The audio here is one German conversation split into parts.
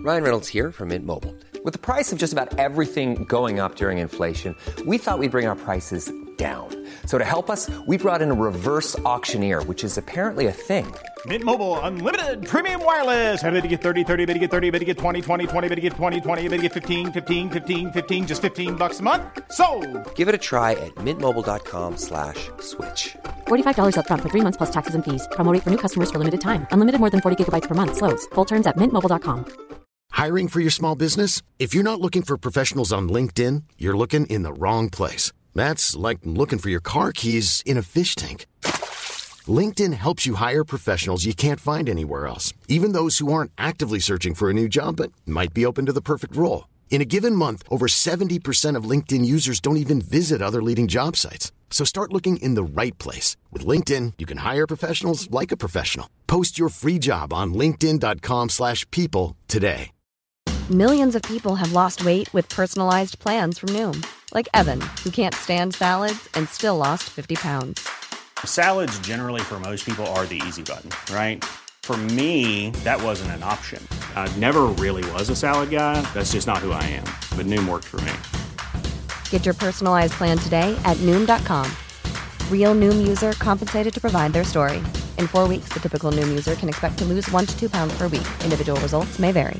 Ryan Reynolds here from Mint Mobile. With the price of just about everything going up during inflation, we thought we'd bring our prices down. So to help us, we brought in a reverse auctioneer, which is apparently a thing. Mint Mobile Unlimited Premium Wireless. How to get 30, 30, bit to get 30, bit to get 20, 20, 20, bit to get 20, 20, bit to get 15, 15, 15, 15, just $15 a month? Sold! Give it a try at mintmobile.com/switch. $45 up front for 3 months plus taxes and fees. Promo rate for new customers for limited time. Unlimited more than 40 gigabytes per month. Slows full terms at mintmobile.com. Hiring for your small business? If you're not looking for professionals on LinkedIn, you're looking in the wrong place. That's like looking for your car keys in a fish tank. LinkedIn helps you hire professionals you can't find anywhere else, even those who aren't actively searching for a new job but might be open to the perfect role. In a given month, over 70% of LinkedIn users don't even visit other leading job sites. So start looking in the right place. With LinkedIn, you can hire professionals like a professional. Post your free job on linkedin.com/people today. Millions of people have lost weight with personalized plans from Noom. Like Evan, who can't stand salads and still lost 50 pounds. Salads generally for most people are the easy button, right? For me, that wasn't an option. I never really was a salad guy. That's just not who I am. But Noom worked for me. Get your personalized plan today at Noom.com. Real Noom user compensated to provide their story. In 4 weeks, the typical Noom user can expect to lose 1 to 2 pounds per week. Individual results may vary.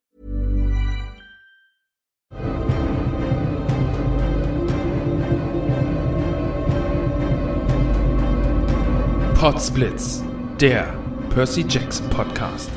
Podsblitz, der Percy Jackson Podcast.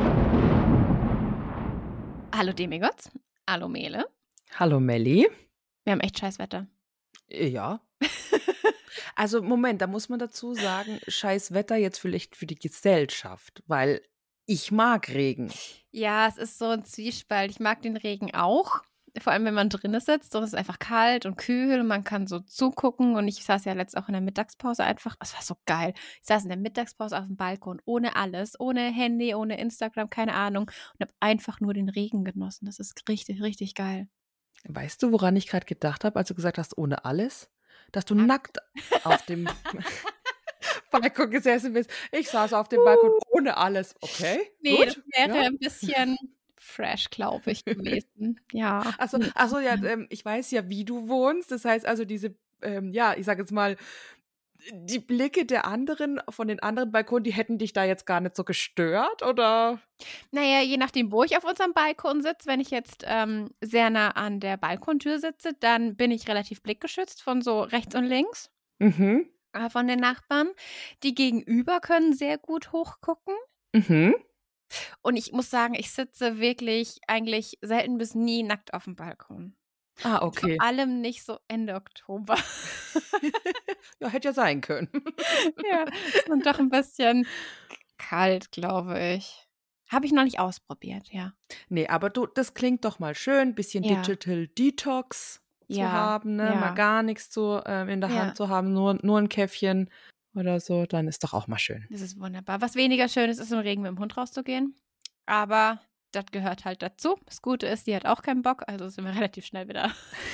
Hallo Demigods, hallo Mele. Hallo Melli. Wir haben echt scheiß Wetter. Ja. Also Moment, da muss man dazu sagen, scheiß Wetter jetzt vielleicht für die Gesellschaft, weil ich mag Regen. Ja, es ist so ein Zwiespalt. Ich mag den Regen auch. Vor allem, wenn man drinnen sitzt und es ist einfach kalt und kühl und man kann so zugucken. Und ich saß ja letztens auch in der Mittagspause einfach, es war so geil. Ich saß in der Mittagspause auf dem Balkon, ohne alles, ohne Handy, ohne Instagram, keine Ahnung. Und habe einfach nur den Regen genossen. Das ist richtig, richtig geil. Weißt du, woran ich gerade gedacht habe, als du gesagt hast, ohne alles? Dass du nackt auf dem Balkon gesessen bist. Ich saß auf dem Balkon ohne alles. Okay, Nee, gut. das wäre Ja. ein bisschen fresh, glaube ich, gewesen. Ja. Achso, ja, ich weiß ja, wie du wohnst. Das heißt also, diese, ja, ich sage jetzt mal, die Blicke der anderen, von den anderen Balkonen, die hätten dich da jetzt gar nicht so gestört, oder? Naja, je nachdem, wo ich auf unserem Balkon sitze, wenn ich jetzt sehr nah an der Balkontür sitze, dann bin ich relativ blickgeschützt von so rechts und links Mhm. von den Nachbarn. Die gegenüber können sehr gut hochgucken. Mhm. Und ich muss sagen, ich sitze wirklich eigentlich selten bis nie nackt auf dem Balkon. Ah, Und okay. vor allem nicht so Ende Oktober. Ja, hätte ja sein können. Ja, ist dann doch ein bisschen kalt, glaube ich. Habe ich noch nicht ausprobiert, ja. Nee, aber das klingt doch mal schön, bisschen Ja. Digital Detox zu Ja, haben, ne? ja. Mal gar nichts in der Ja. Hand zu haben, nur ein Käffchen oder so, dann ist doch auch mal schön. Das ist wunderbar. Was weniger schön ist, ist im Regen mit dem Hund rauszugehen. Aber das gehört halt dazu. Das Gute ist, die hat auch keinen Bock, also sind wir relativ schnell wieder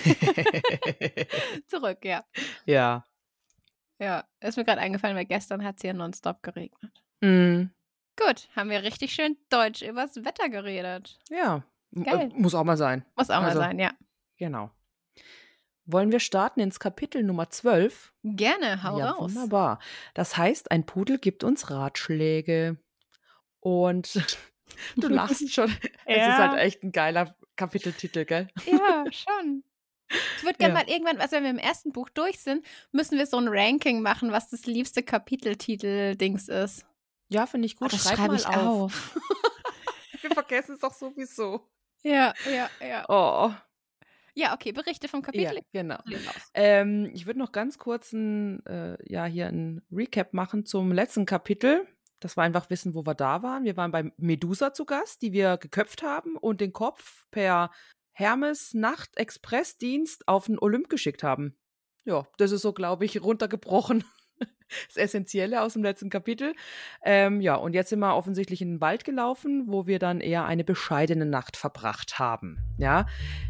zurück, ja. Ja. Ja, ist mir gerade eingefallen, weil gestern hat es hier nonstop geregnet. Mhm. Gut, haben wir richtig schön deutsch übers Wetter geredet. Ja. Geil. Muss auch mal sein. Muss auch mal Also, sein, ja. Genau. Wollen wir starten ins Kapitel Nummer 12? Gerne, hau Ja, raus. wunderbar. Das heißt, ein Pudel gibt uns Ratschläge. Und du lachst schon. Es ist Ja. halt echt ein geiler Kapiteltitel, gell? Ja, schon. Ich würde gerne Ja. mal irgendwann, also wenn wir im ersten Buch durch sind, müssen wir so ein Ranking machen, was das liebste Kapiteltitel-Dings ist. Ja, finde ich gut. Das Schreib schreibe mal ich auf. auf. Wir vergessen es doch sowieso. Ja, ja, ja. Oh. Ja, okay, Berichte vom Ja, Kapitel. genau. Leg los. Ich würde noch ganz kurz hier ein Recap machen zum letzten Kapitel, dass wir einfach wissen, wo wir da waren. Wir waren bei Medusa zu Gast, die wir geköpft haben und den Kopf per Hermes Nacht-Expressdienst auf den Olymp geschickt haben. Ja, das ist so, glaube ich, runtergebrochen. Das Essentielle aus dem letzten Kapitel. Ja, und jetzt sind wir offensichtlich in den Wald gelaufen, wo wir dann eher eine bescheidene Nacht verbracht haben. Ja.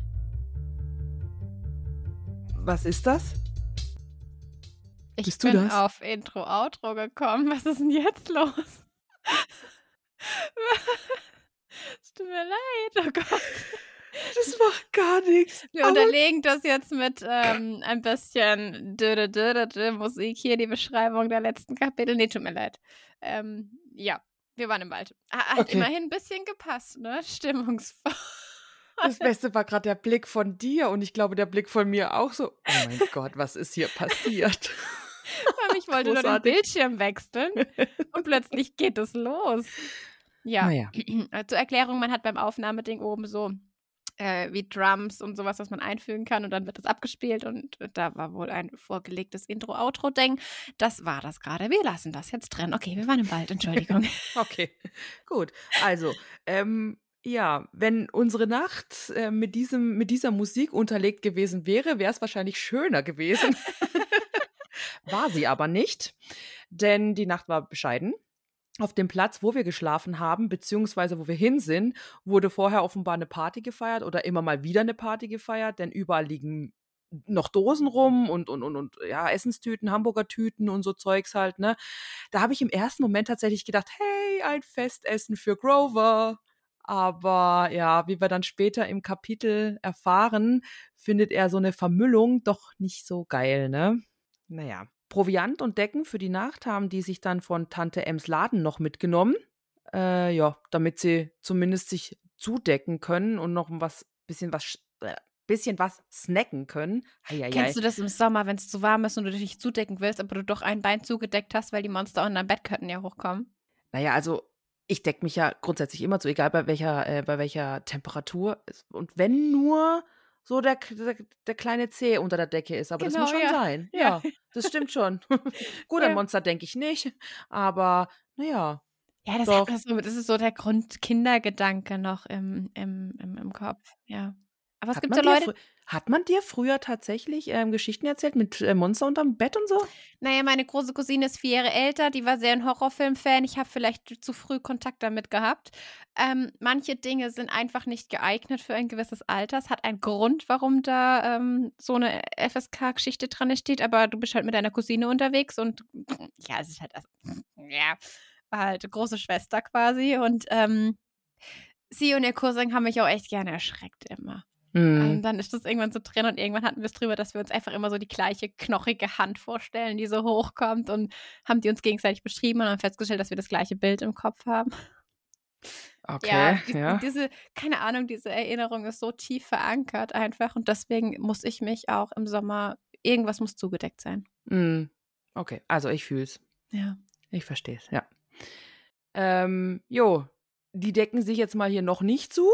Was ist das? Ich Bist du bin das? auf Intro-Outro gekommen. Was ist denn jetzt los? Tut mir leid, oh Gott. Das macht gar nichts. Wir unterlegen das jetzt mit ein bisschen Musik hier, die Beschreibung der letzten Kapitel. Nee, tut mir leid. Ja, wir waren im Wald. Hat Okay. immerhin ein bisschen gepasst, ne? Stimmungsvoll. Das Beste war gerade der Blick von dir und ich glaube, der Blick von mir auch so, oh mein Gott, was ist hier passiert? Weil ich wollte nur den Großartig. Bildschirm wechseln und plötzlich geht es los. Ja, Naja. Zur Erklärung, man hat beim Aufnahmeding oben so wie Drums und sowas, was man einfügen kann und dann wird das abgespielt und da war wohl ein vorgelegtes Intro-Outro-Ding. Das war das gerade. Wir lassen das jetzt drin. Okay, wir waren im Wald, Entschuldigung. Okay, gut. Also, ja, wenn unsere Nacht mit dieser Musik unterlegt gewesen wäre, wäre es wahrscheinlich schöner gewesen. War sie aber nicht, denn die Nacht war bescheiden. Auf dem Platz, wo wir geschlafen haben, beziehungsweise wo wir hin sind, wurde vorher offenbar eine Party gefeiert oder immer mal wieder eine Party gefeiert, denn überall liegen noch Dosen rum und ja, Essenstüten, Hamburger Tüten und so Zeugs halt, ne? Da habe ich im ersten Moment tatsächlich gedacht, hey, ein Festessen für Grover. Aber ja, wie wir dann später im Kapitel erfahren, findet er so eine Vermüllung doch nicht so geil, ne? Naja. Proviant und Decken für die Nacht haben die sich dann von Tante Ems Laden noch mitgenommen. Ja, damit sie zumindest sich zudecken können und noch bisschen was snacken können. Kennst du das im Sommer, wenn es zu warm ist und du dich zudecken willst, aber du doch ein Bein zugedeckt hast, weil die Monster unter deinem Bett könnten ja hochkommen? Naja, also ich decke mich ja grundsätzlich immer zu, egal bei welcher Temperatur. Und wenn nur so der kleine Zeh unter der Decke ist, aber das Genau, muss schon ja. sein. Ja. Ja, das stimmt schon. Gut, an Ja. Monster denke ich nicht, aber naja. Ja, Doch. das ist so der Grundkindergedanke noch im Kopf, ja. Aber es gibt so Leute, Hat man dir früher tatsächlich Geschichten erzählt mit Monster unterm Bett und so? naja, meine große Cousine ist 4 Jahre älter, die war sehr ein Horrorfilm-Fan. Ich habe vielleicht zu früh Kontakt damit gehabt. Manche Dinge sind einfach nicht geeignet für ein gewisses Alter. Es hat einen Grund, warum da so eine FSK-Geschichte dran steht, aber du bist halt mit deiner Cousine unterwegs und ja, es ist halt, ja, war halt große Schwester quasi und sie und ihr Cousin haben mich auch echt gerne erschreckt immer. Und dann ist das irgendwann so drin und irgendwann hatten wir es drüber, dass wir uns einfach immer so die gleiche knochige Hand vorstellen, die so hochkommt und haben die uns gegenseitig beschrieben und haben festgestellt, dass wir das gleiche Bild im Kopf haben. Okay, ja. Keine Ahnung, diese Erinnerung ist so tief verankert einfach und deswegen muss ich mich auch im Sommer, irgendwas muss zugedeckt sein. Okay, also ich fühl's. Ja. Ich verstehe es, ja. Jo, die decken sich jetzt mal hier noch nicht zu,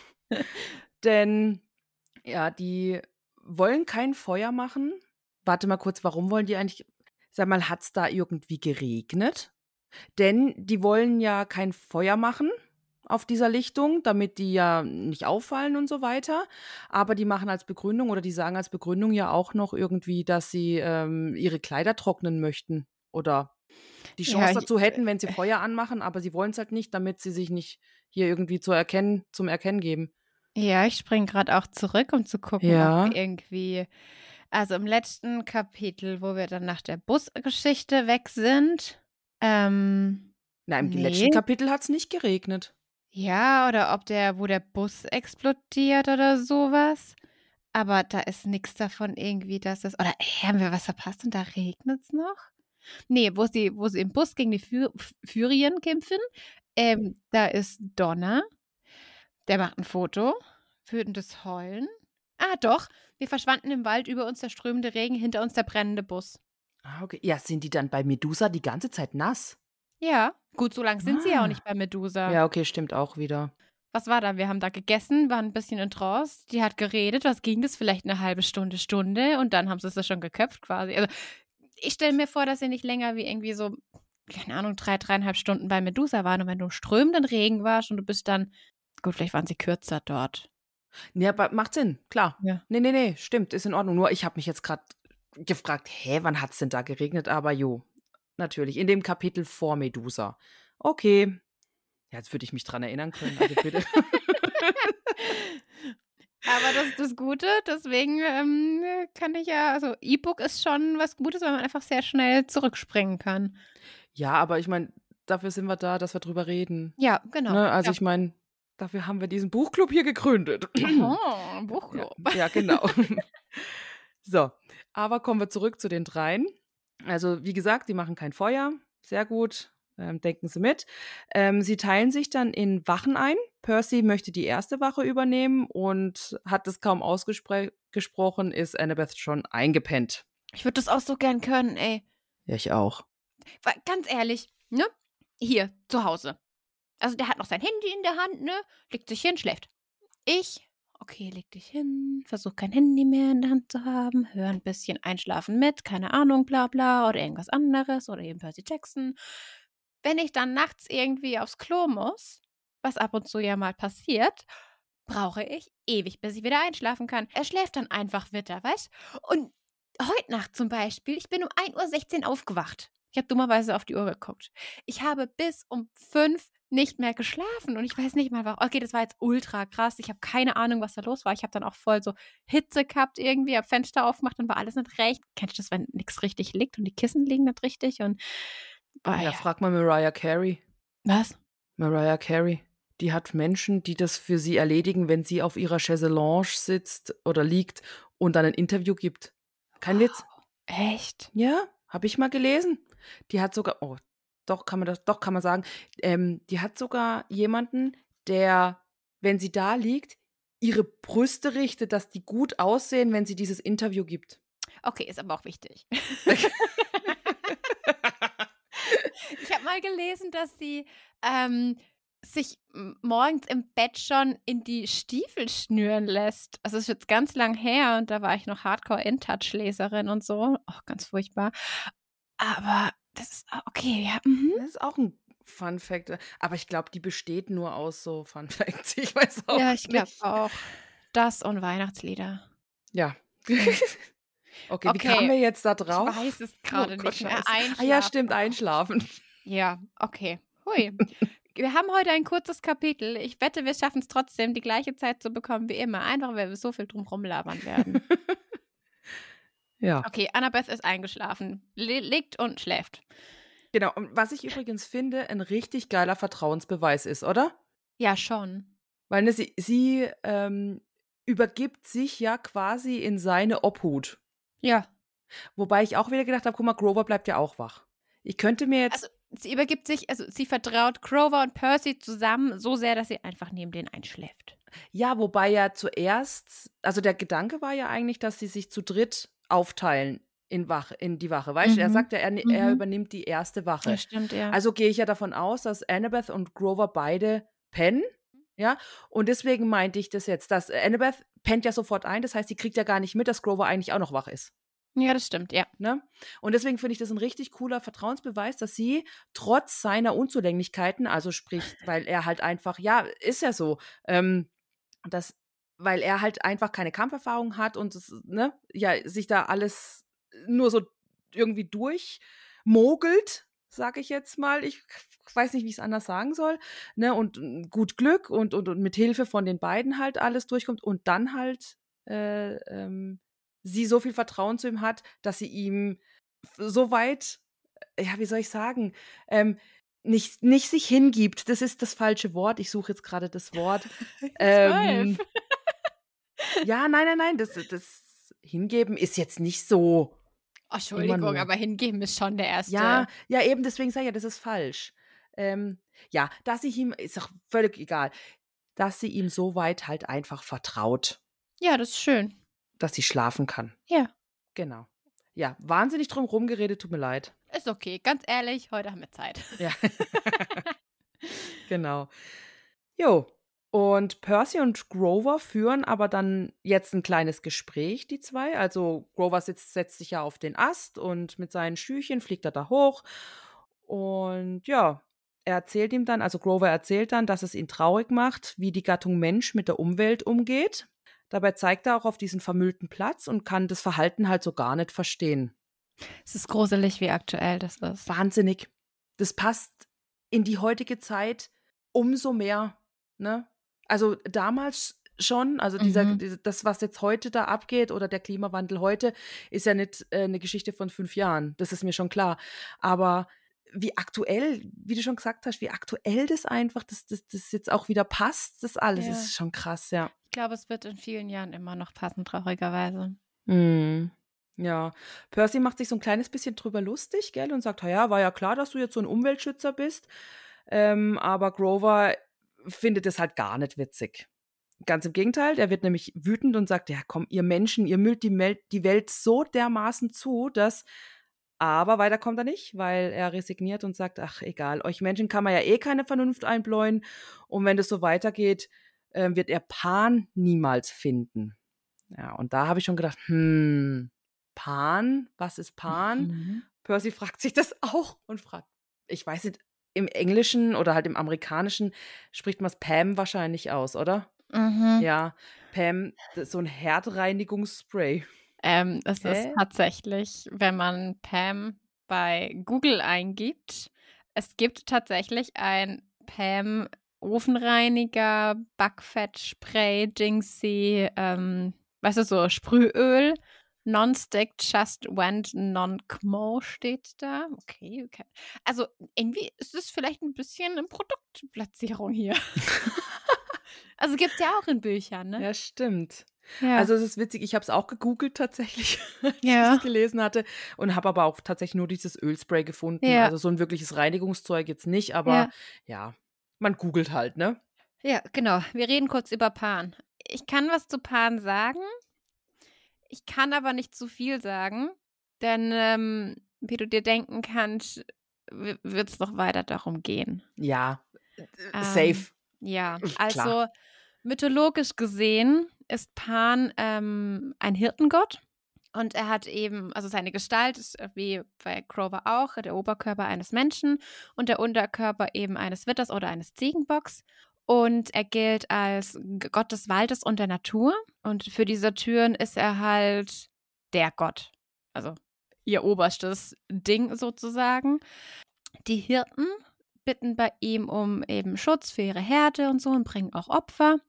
denn ja, die wollen kein Feuer machen. Warte mal kurz, warum wollen die eigentlich? Sag mal, hat's da irgendwie geregnet? Denn die wollen ja kein Feuer machen auf dieser Lichtung, damit die ja nicht auffallen und so weiter. Aber die machen als Begründung oder die sagen als Begründung ja auch noch irgendwie, dass sie ihre Kleider trocknen möchten oder die Chance dazu hätten, wenn sie Feuer anmachen, aber sie wollen es halt nicht, damit sie sich nicht hier irgendwie zum Erkennen geben. Ja, ich springe gerade auch zurück, um zu gucken, Ja. ob wir irgendwie, also im letzten Kapitel, wo wir dann nach der Busgeschichte weg sind, Na, im letzten nee. Kapitel hat es nicht geregnet. Ja, oder wo der Bus explodiert oder sowas. Aber da ist nichts davon irgendwie, dass es, oder haben wir was verpasst und da regnet es noch? Nee, wo sie im Bus gegen die Furien kämpfen, da ist Donner, der macht ein Foto, wütendes Heulen. Ah, doch, wir verschwanden im Wald, über uns der strömende Regen, hinter uns der brennende Bus. Ah, okay. Ja, sind die dann bei Medusa die ganze Zeit nass? Ja, gut, so lang sind sie ja auch Ah. nicht bei Medusa. Ja, okay, stimmt auch wieder. Was war da? Wir haben da gegessen, waren ein bisschen in Trance. Die hat geredet. Was ging das? Vielleicht eine halbe Stunde und dann haben sie es schon geköpft quasi. Also ich stelle mir vor, dass sie nicht länger wie irgendwie so, keine Ahnung, 3,5 Stunden bei Medusa waren. Und wenn du im strömenden Regen warst und du bist dann, gut, vielleicht waren sie kürzer dort. Nee, aber macht Sinn, klar. Ja. Nee, stimmt, ist in Ordnung. Nur ich habe mich jetzt gerade gefragt, wann hat es denn da geregnet? Aber jo, natürlich, in dem Kapitel vor Medusa. Okay. Ja, jetzt würde ich mich dran erinnern können, also bitte. Aber das ist das Gute, deswegen kann ich ja, also E-Book ist schon was Gutes, weil man einfach sehr schnell zurückspringen kann. Ja, aber ich meine, dafür sind wir da, dass wir drüber reden. Ja, genau. Ne? Also Ja. ich meine, Dafür haben wir diesen Buchclub hier gegründet. Oh, Buchclub. Ja, genau. So, aber kommen wir zurück zu den dreien. Also, wie gesagt, die machen kein Feuer. Sehr gut. Denken Sie mit. Sie teilen sich dann in Wachen ein. Percy möchte die erste Wache übernehmen und hat es kaum ausgesprochen, ist Annabeth schon eingepennt. Ich würde das auch so gern können, ey. Ja, ich auch. Weil, ganz ehrlich, ne? Hier, zu Hause. Also der hat noch sein Handy in der Hand, ne? Legt sich hin, schläft. Okay, leg dich hin, versuch kein Handy mehr in der Hand zu haben, hör ein bisschen Einschlafen mit, keine Ahnung, bla bla, oder irgendwas anderes, oder eben Percy Jackson. Wenn ich dann nachts irgendwie aufs Klo muss, was ab und zu ja mal passiert, brauche ich ewig, bis ich wieder einschlafen kann. Er schläft dann einfach weiter, weißt? Und heute Nacht zum Beispiel, ich bin um 1:16 Uhr aufgewacht. Ich habe dummerweise auf die Uhr geguckt. Ich habe bis um 5 nicht mehr geschlafen und ich weiß nicht mal, warum. Okay, das war jetzt ultra krass. Ich habe keine Ahnung, was da los war. Ich habe dann auch voll so Hitze gehabt irgendwie, habe Fenster aufgemacht und war alles nicht recht. Kennst du das, wenn nichts richtig liegt und die Kissen liegen nicht richtig? Und ja, frag mal Mariah Carey. Was? Mariah Carey. Die hat Menschen, die das für sie erledigen, wenn sie auf ihrer Chaiselange sitzt oder liegt und dann ein Interview gibt. Kein Witz. Echt? Ja, habe ich mal gelesen. Die hat sogar, kann man sagen, die hat sogar jemanden, der, wenn sie da liegt, ihre Brüste richtet, dass die gut aussehen, wenn sie dieses Interview gibt. Okay, ist aber auch wichtig. Ich habe mal gelesen, dass sie sich morgens im Bett schon in die Stiefel schnüren lässt. Also es ist jetzt ganz lang her und da war ich noch Hardcore-In-Touch-Leserin und so. Oh, ganz furchtbar. Aber das ist okay, ja. Mhm. Das ist auch ein Fun Fact. Aber ich glaube, die besteht nur aus so Fun Facts. Ich weiß auch nicht. Ja, ich glaube auch. Das und Weihnachtslieder. Ja. Okay, wie kamen wir jetzt da drauf? Ich weiß es gerade nicht mehr. Ja, stimmt, einschlafen. Ja, okay. Hui. Wir haben heute ein kurzes Kapitel. Ich wette, wir schaffen es trotzdem, die gleiche Zeit zu bekommen wie immer. Einfach, weil wir so viel drum rumlabern werden. Ja. Okay, Annabeth ist eingeschlafen. Liegt und schläft. Genau. Und was ich übrigens finde, ein richtig geiler Vertrauensbeweis ist, oder? Ja, schon. Weil ne, sie übergibt sich ja quasi in seine Obhut. Ja. Wobei ich auch wieder gedacht habe, guck mal, Grover bleibt ja auch wach. Ich könnte mir jetzt... Also, sie übergibt sich, also sie vertraut Grover und Percy zusammen so sehr, dass sie einfach neben denen einschläft. Ja, wobei ja zuerst, also der Gedanke war ja eigentlich, dass sie sich zu dritt aufteilen in die Wache. Weißt du, er sagt ja, er übernimmt die erste Wache. Ja, stimmt, ja. Also gehe ich ja davon aus, dass Annabeth und Grover beide pennen. Ja, und deswegen meinte ich das jetzt, dass Annabeth pennt ja sofort ein, das heißt, sie kriegt ja gar nicht mit, dass Grover eigentlich auch noch wach ist. Ja, das stimmt, ja. Ne? Und deswegen finde ich das ein richtig cooler Vertrauensbeweis, dass sie trotz seiner Unzulänglichkeiten, also sprich, weil er halt einfach, ja, ist ja so, weil er halt einfach keine Kampferfahrung hat und sich da alles nur so irgendwie durchmogelt, sage ich jetzt mal. Ich weiß nicht, wie ich es anders sagen soll. Ne? Und gut Glück und mit Hilfe von den beiden halt alles durchkommt und dann halt sie so viel Vertrauen zu ihm hat, dass sie ihm so weit, ja, wie soll ich sagen, nicht sich hingibt. Das ist das falsche Wort. Ich suche jetzt gerade das Wort. Ja, nein. Das Hingeben ist jetzt nicht so. Oh, Entschuldigung, aber hingeben ist schon der erste. Ja, eben, deswegen sage ich ja, das ist falsch. Ja, dass sie ihm, ist auch völlig egal, dass sie ihm so weit halt einfach vertraut. Ja, das ist schön. Dass sie schlafen kann. Ja. Genau. Ja, wahnsinnig drum rumgeredet, tut mir leid. Ist okay, ganz ehrlich, heute haben wir Zeit. Ja. Genau. Jo. Und Percy und Grover führen aber dann jetzt ein kleines Gespräch, die zwei. Also Grover setzt sich ja auf den Ast und mit seinen Schüchen fliegt er da hoch. Und ja, Grover erzählt dann, dass es ihn traurig macht, wie die Gattung Mensch mit der Umwelt umgeht. Dabei zeigt er auch auf diesen vermüllten Platz und kann das Verhalten halt so gar nicht verstehen. Es ist gruselig, wie aktuell das ist. Wahnsinnig. Das passt in die heutige Zeit umso mehr, ne? Also damals schon, also das, was jetzt heute da abgeht oder der Klimawandel heute, ist ja nicht eine Geschichte von 5 Jahren. Das ist mir schon klar. Aber wie aktuell, wie du schon gesagt hast, wie aktuell das einfach, das jetzt auch wieder passt, das alles ist schon krass, ja. Ich glaube, es wird in vielen Jahren immer noch passen, traurigerweise. Ja, Percy macht sich so ein kleines bisschen drüber lustig, gell, und sagt, ja, war ja klar, dass du jetzt so ein Umweltschützer bist, aber Grover findet es halt gar nicht witzig. Ganz im Gegenteil, der wird nämlich wütend und sagt, ja komm, ihr Menschen, ihr müllt die Welt so dermaßen zu, dass, aber weiter kommt er nicht, weil er resigniert und sagt, ach egal, euch Menschen kann man ja eh keine Vernunft einbläuen und wenn das so weitergeht, wird er Pan niemals finden. Ja, und da habe ich schon gedacht, Pan, was ist Pan? Percy fragt sich das auch und fragt, ich weiß nicht, im Englischen oder halt im Amerikanischen spricht man es Pam wahrscheinlich aus, oder? Ja, Pam, so ein Herdreinigungsspray. Es ist tatsächlich, wenn man Pam bei Google eingibt, es gibt tatsächlich ein Pam Ofenreiniger, Backfettspray, Dingsy, weißt du, so Sprühöl, Non-Stick, Just Went, Non-Cmo steht da. Okay. Also irgendwie ist es vielleicht ein bisschen eine Produktplatzierung hier. Also gibt es ja auch in Büchern, ne? Ja, stimmt. Ja. Also es ist witzig, ich habe es auch gegoogelt tatsächlich, als ich es gelesen hatte und habe aber auch tatsächlich nur dieses Ölspray gefunden. Ja. Also so ein wirkliches Reinigungszeug jetzt nicht, aber ja, man googelt halt, ne? Ja, genau. Wir reden kurz über Pan. Ich kann was zu Pan sagen. Ich kann aber nicht zu viel sagen, denn wie du dir denken kannst, wird es noch weiter darum gehen. Ja, safe. Ja, Klar. also mythologisch gesehen ist Pan ein Hirtengott und er hat eben, also seine Gestalt ist wie bei Grover auch, der Oberkörper eines Menschen und der Unterkörper eben eines Witters oder eines Ziegenbocks. Und er gilt als Gott des Waldes und der Natur. Und für die Satyren ist er halt der Gott. Also ihr oberstes Ding sozusagen. Die Hirten bitten bei ihm um eben Schutz für ihre Herde und so und bringen auch Opfer.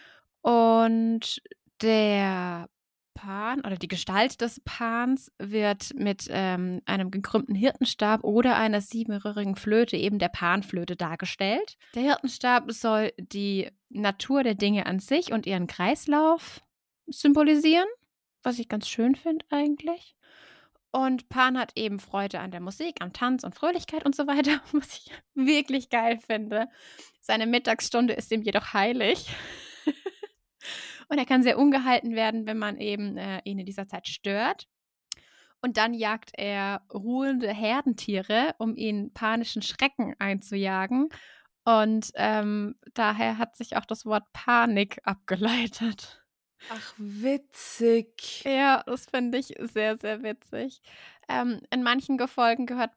Und der Pan oder die Gestalt des Pans wird mit einem gekrümmten Hirtenstab oder einer siebenröhrigen Flöte, eben der Panflöte, dargestellt. Der Hirtenstab soll die Natur der Dinge an sich und ihren Kreislauf symbolisieren, was ich ganz schön finde eigentlich. Und Pan hat eben Freude an der Musik, am Tanz und Fröhlichkeit und so weiter, was ich wirklich geil finde. Seine Mittagsstunde ist ihm jedoch heilig. Und er kann sehr ungehalten werden, wenn man eben ihn in dieser Zeit stört. Und dann jagt er ruhende Herdentiere, um ihn panischen Schrecken einzujagen. Und daher hat sich auch das Wort Panik abgeleitet. Ach, witzig. Ja, das finde ich sehr, sehr witzig. In manchen Erzählungen gehört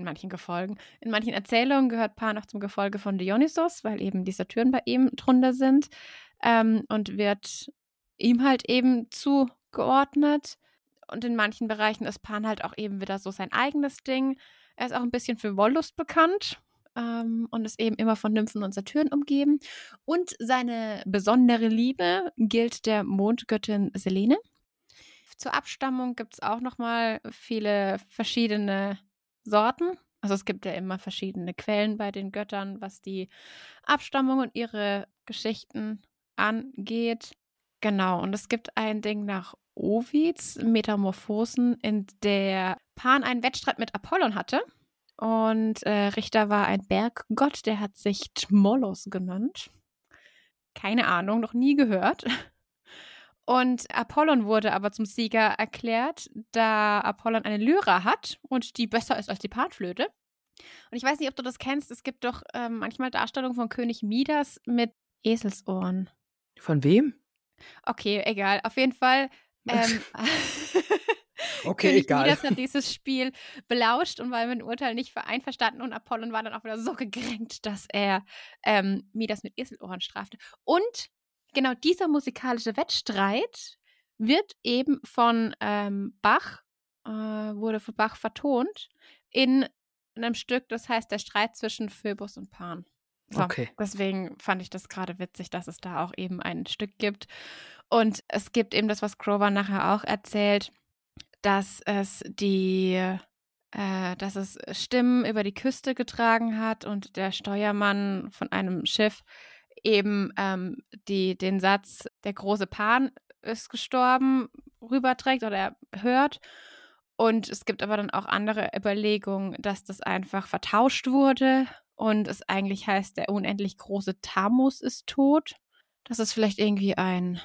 Pan noch zum Gefolge von Dionysos, weil eben die Satyren bei ihm drunter sind. Und wird ihm halt eben zugeordnet. Und in manchen Bereichen ist Pan halt auch eben wieder so sein eigenes Ding. Er ist auch ein bisschen für Wollust bekannt und ist eben immer von Nymphen und Satyren umgeben. Und seine besondere Liebe gilt der Mondgöttin Selene. Zur Abstammung gibt es auch nochmal viele verschiedene Sorten. Also es gibt ja immer verschiedene Quellen bei den Göttern, was die Abstammung und ihre Geschichten angeht. Genau, und es gibt ein Ding nach Ovids, Metamorphosen, in der Pan einen Wettstreit mit Apollon hatte. Und Richter war ein Berggott, der hat sich Tmolos genannt. Keine Ahnung, noch nie gehört. Und Apollon wurde aber zum Sieger erklärt, da Apollon eine Lyra hat und die besser ist als die Panflöte. Und ich weiß nicht, ob du das kennst, es gibt doch manchmal Darstellungen von König Midas mit Eselsohren. Von wem? Okay, egal. Auf jeden Fall. Okay, König egal. Midas hat dieses Spiel belauscht und war mit dem Urteil nicht für einverstanden. Und Apollon war dann auch wieder so gekränkt, dass er Midas mit Eselohren strafte. Und genau dieser musikalische Wettstreit wird eben von Bach, wurde von Bach vertont in einem Stück, das heißt der Streit zwischen Phoebus und Pan. So, Okay. Deswegen fand ich das gerade witzig, dass es da auch eben ein Stück gibt. Und es gibt eben das, was Grover nachher auch erzählt, dass es die dass es Stimmen über die Küste getragen hat und der Steuermann von einem Schiff eben den Satz, der große Pan ist gestorben, rüberträgt oder er hört. Und es gibt aber dann auch andere Überlegungen, dass das einfach vertauscht wurde und es eigentlich heißt, der unendlich große Tammuz ist tot. Dass es vielleicht irgendwie ein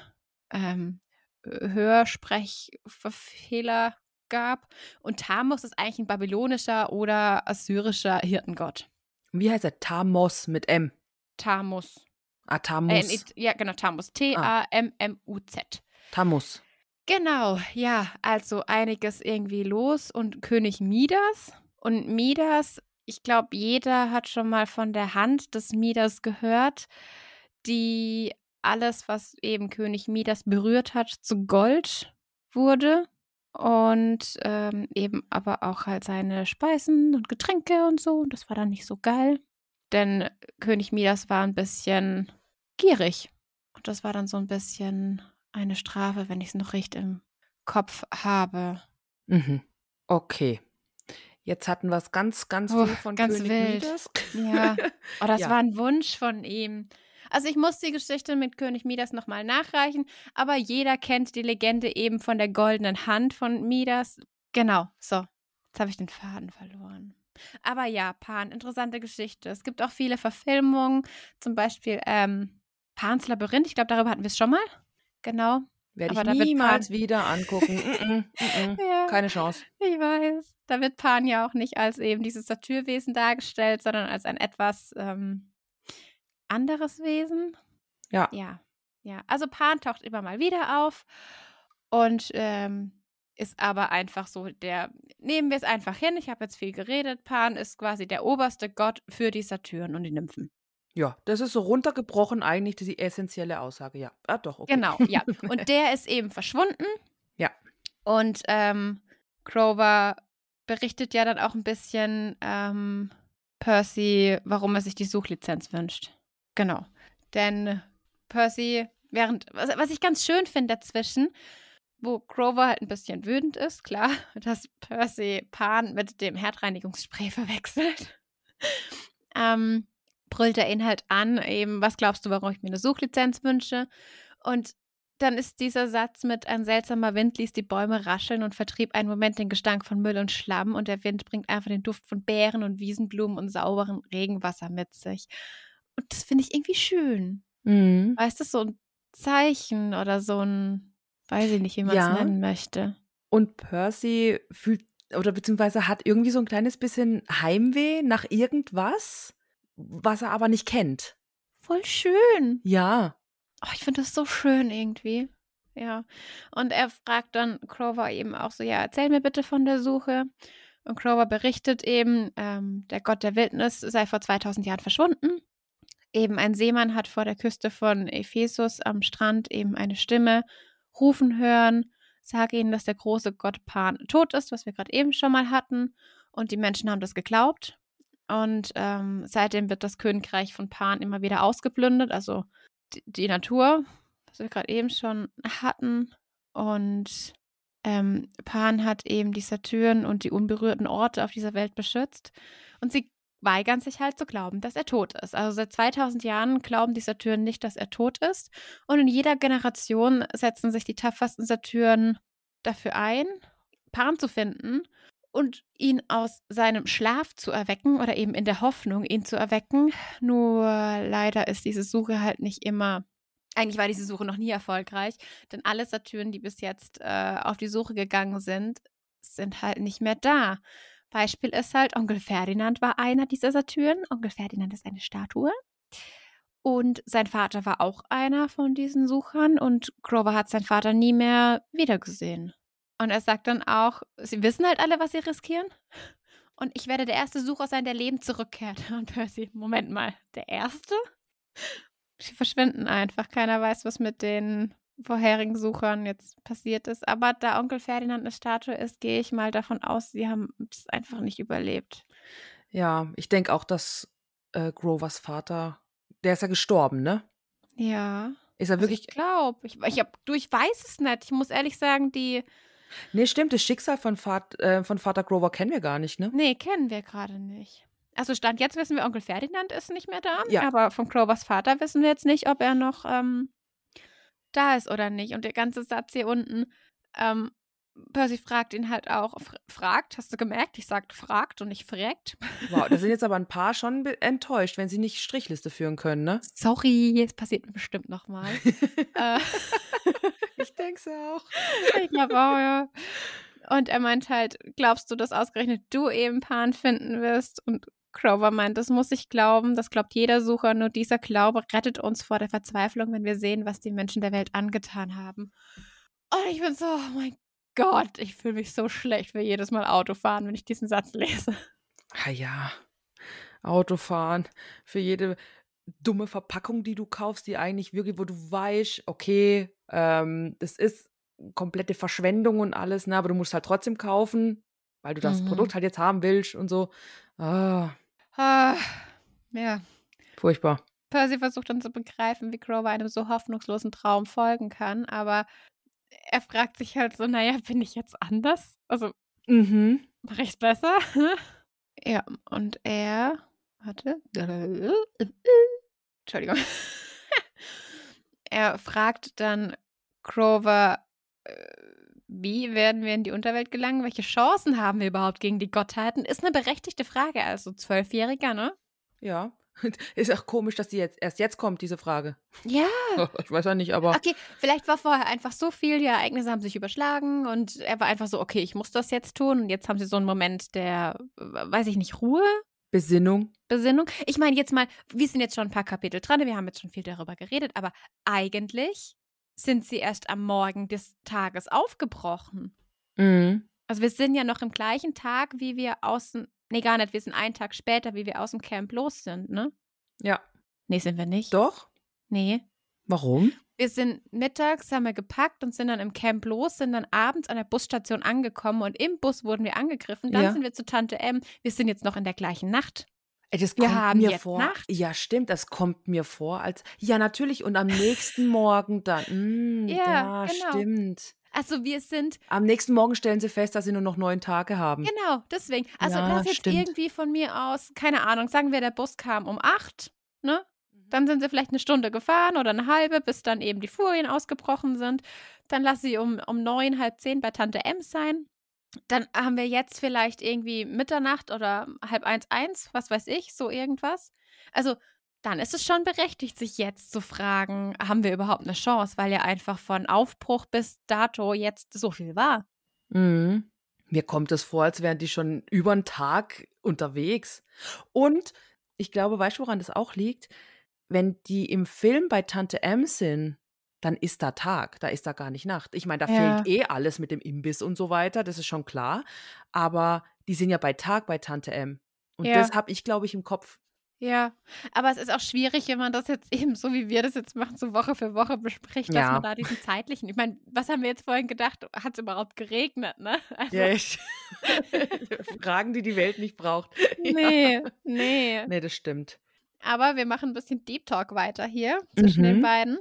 Hörsprechfehler gab. Und Tammuz ist eigentlich ein babylonischer oder assyrischer Hirtengott. Wie heißt er? Tammuz mit M. Tammuz. Tammuz. Ja, genau, Tammuz. T-A-M-M-U-Z. Tammuz. Genau, ja, also einiges irgendwie los und König Midas. Und Midas, ich glaube, jeder hat schon mal von der Hand des Midas gehört, die alles, was eben König Midas berührt hat, zu Gold wurde. Und eben aber auch halt seine Speisen und Getränke und so. Und das war dann nicht so geil. Denn König Midas war ein bisschen gierig. Und das war dann so ein bisschen eine Strafe, wenn ich es noch recht im Kopf habe. Mhm. Okay. Jetzt hatten wir es ganz, ganz viel von ganz König wild. Midas. Ja, das Ja. war ein Wunsch von ihm. Also ich muss die Geschichte mit König Midas nochmal nachreichen, aber jeder kennt die Legende eben von der goldenen Hand von Midas. Genau, so, jetzt habe ich den Faden verloren. Aber ja, Pan, interessante Geschichte. Es gibt auch viele Verfilmungen, zum Beispiel Pans Labyrinth, ich glaube, darüber hatten wir es schon mal. Genau. Werde Aber ich da wird niemals Pan- wieder angucken. Ja. Keine Chance. Ich weiß. Da wird Pan ja auch nicht als eben dieses Satyrwesen dargestellt, sondern als ein etwas anderes Wesen. Ja. Ja. Also Pan taucht immer mal wieder auf und ist aber einfach so nehmen wir es einfach hin, ich habe jetzt viel geredet, Pan ist quasi der oberste Gott für die Satyren und die Nymphen. Ja, das ist so runtergebrochen eigentlich die essentielle Aussage. Ja, doch, okay. Genau, ja. Und der ist eben verschwunden. Ja. Und Grover berichtet ja dann auch ein bisschen Percy, warum er sich die Suchlizenz wünscht. Genau. Denn Percy, was ich ganz schön finde dazwischen, wo Grover halt ein bisschen wütend ist, klar, dass Percy Pan mit dem Herdreinigungsspray verwechselt, brüllt er ihn halt an, eben, was glaubst du, warum ich mir eine Suchlizenz wünsche? Und dann ist dieser Satz mit ein seltsamer Wind ließ die Bäume rascheln und vertrieb einen Moment den Gestank von Müll und Schlamm und der Wind bringt einfach den Duft von Beeren und Wiesenblumen und sauberem Regenwasser mit sich. Und das finde ich irgendwie schön. Mhm. Weißt du, so ein Zeichen oder so ein, weiß ich nicht, wie man es nennen möchte. Und Percy fühlt oder beziehungsweise hat irgendwie so ein kleines bisschen Heimweh nach irgendwas, was er aber nicht kennt. Voll schön. Ja. Oh, ich finde das so schön irgendwie. Ja. Und er fragt dann Grover eben auch so, ja, erzähl mir bitte von der Suche. Und Grover berichtet eben, der Gott der Wildnis sei vor 2000 Jahren verschwunden. Eben ein Seemann hat vor der Küste von Ephesus am Strand eben eine Stimme rufen hören, sage ihnen, dass der große Gott Pan tot ist, was wir gerade eben schon mal hatten. Und die Menschen haben das geglaubt. Und seitdem wird das Königreich von Pan immer wieder ausgeplündert, also die Natur, was wir gerade eben schon hatten. Und Pan hat eben die Satyren und die unberührten Orte auf dieser Welt beschützt. Und sie weigern sich halt zu glauben, dass er tot ist. Also seit 2000 Jahren glauben die Satyren nicht, dass er tot ist. Und in jeder Generation setzen sich die tapfersten Satyren dafür ein, Pan zu finden und ihn aus seinem Schlaf zu erwecken oder eben in der Hoffnung, ihn zu erwecken. Nur leider ist diese Suche halt nicht immer, eigentlich war diese Suche noch nie erfolgreich, denn alle Satyren, die bis jetzt auf die Suche gegangen sind halt nicht mehr da. Beispiel ist halt, Onkel Ferdinand war einer dieser Satyren. Onkel Ferdinand ist eine Statue. Und sein Vater war auch einer von diesen Suchern und Grover hat seinen Vater nie mehr wiedergesehen. Und er sagt dann auch, sie wissen halt alle, was sie riskieren. Und ich werde der erste Sucher sein, der lebend zurückkehrt. Und Percy, Moment mal, der Erste? Sie verschwinden einfach. Keiner weiß, was mit den vorherigen Suchern jetzt passiert ist. Aber da Onkel Ferdinand eine Statue ist, gehe ich mal davon aus, sie haben es einfach nicht überlebt. Ja, ich denke auch, dass Grovers Vater, der ist ja gestorben, ne? Ja. Ist er wirklich? Ich glaube. Ich weiß es nicht. Ich muss ehrlich sagen, Nee, stimmt, das Schicksal von Vater Grover kennen wir gar nicht, ne? Nee, kennen wir gerade nicht. Also Stand jetzt wissen wir, Onkel Ferdinand ist nicht mehr da, Ja. aber von Grovers Vater wissen wir jetzt nicht, ob er noch da ist oder nicht. Und der ganze Satz hier unten, Percy fragt ihn halt auch, fragt, hast du gemerkt? Ich sagte fragt und nicht fragt. Wow, da sind jetzt aber ein paar schon enttäuscht, wenn sie nicht Strichliste führen können, ne? Sorry, es passiert mir bestimmt nochmal. Ich denk's auch. Ich glaube auch, ja. Und er meint halt, glaubst du, dass ausgerechnet du eben Pan finden wirst? Und Grover meint, das muss ich glauben, das glaubt jeder Sucher, nur dieser Glaube rettet uns vor der Verzweiflung, wenn wir sehen, was die Menschen der Welt angetan haben. Und ich bin so, oh mein Gott, ich fühle mich so schlecht für jedes Mal Autofahren, wenn ich diesen Satz lese. Ah ja, Autofahren, für jede dumme Verpackung, die du kaufst, die eigentlich wirklich, wo du weißt, okay, das ist komplette Verschwendung und alles, ne, aber du musst halt trotzdem kaufen, weil du das Produkt halt jetzt haben willst und so. Ja. Furchtbar. Percy versucht dann zu begreifen, wie Grover einem so hoffnungslosen Traum folgen kann, aber er fragt sich halt so, naja, bin ich jetzt anders? Also, mache ich es besser? Ja, und er, warte, Entschuldigung. Er fragt dann Grover, wie werden wir in die Unterwelt gelangen? Welche Chancen haben wir überhaupt gegen die Gottheiten? Ist eine berechtigte Frage, also 12-Jähriger, ne? Ja. Ist auch komisch, dass die erst jetzt kommt, diese Frage. Ja. Ich weiß ja nicht, aber. Okay, vielleicht war vorher einfach so viel, die Ereignisse haben sich überschlagen und er war einfach so, okay, ich muss das jetzt tun. Und jetzt haben sie so einen Moment der, weiß ich nicht, Ruhe? Besinnung. Ich meine jetzt mal, wir sind jetzt schon ein paar Kapitel dran, wir haben jetzt schon viel darüber geredet, aber eigentlich sind sie erst am Morgen des Tages aufgebrochen. Mhm. Also wir sind ja noch im gleichen Tag, wie wir nee, gar nicht, wir sind einen Tag später, wie wir aus dem Camp los sind, ne? Ja. Nee, sind wir nicht. Doch? Nee. Warum? Wir sind mittags, haben wir gepackt und sind dann im Camp los, sind dann abends an der Busstation angekommen und im Bus wurden wir angegriffen. Dann sind wir zu Tante M. Wir sind jetzt noch in der gleichen Nacht. Das Wir kommt haben mir jetzt vor. Nacht. Ja, stimmt, das kommt mir vor als. Ja, natürlich. Und am nächsten Morgen dann. Ja, genau. Stimmt. Also wir sind. Am nächsten Morgen stellen sie fest, dass sie nur noch 9 Tage haben. Genau, deswegen. Also Ja, lass jetzt stimmt. irgendwie von mir aus, keine Ahnung, sagen wir, der Bus kam um 8, ne? Dann sind sie vielleicht eine Stunde gefahren oder eine halbe, bis dann eben die Furien ausgebrochen sind. Dann lass sie um 9, halb 10 bei Tante M sein. Dann haben wir jetzt vielleicht irgendwie Mitternacht oder 12:30, was weiß ich, so irgendwas. Also dann ist es schon berechtigt, sich jetzt zu fragen, haben wir überhaupt eine Chance, weil ja einfach von Aufbruch bis dato jetzt so viel war. Mhm. Mir kommt es vor, als wären die schon über einen Tag unterwegs. Und ich glaube, weißt du, woran das auch liegt? Wenn die im Film bei Tante M sind, dann ist da Tag, da ist da gar nicht Nacht. Ich meine, da Ja. fehlt alles mit dem Imbiss und so weiter, das ist schon klar. Aber die sind ja bei Tag bei Tante M. Und Ja. das habe ich, glaube ich, im Kopf. Ja, aber es ist auch schwierig, wenn man das jetzt eben so, wie wir das jetzt machen, so Woche für Woche bespricht, dass Ja. man da diesen zeitlichen, ich meine, was haben wir jetzt vorhin gedacht? Hat es überhaupt geregnet, ne? Also, Fragen, die die Welt nicht braucht. nee. Nee, das stimmt. Aber wir machen ein bisschen Deep Talk weiter hier zwischen den beiden.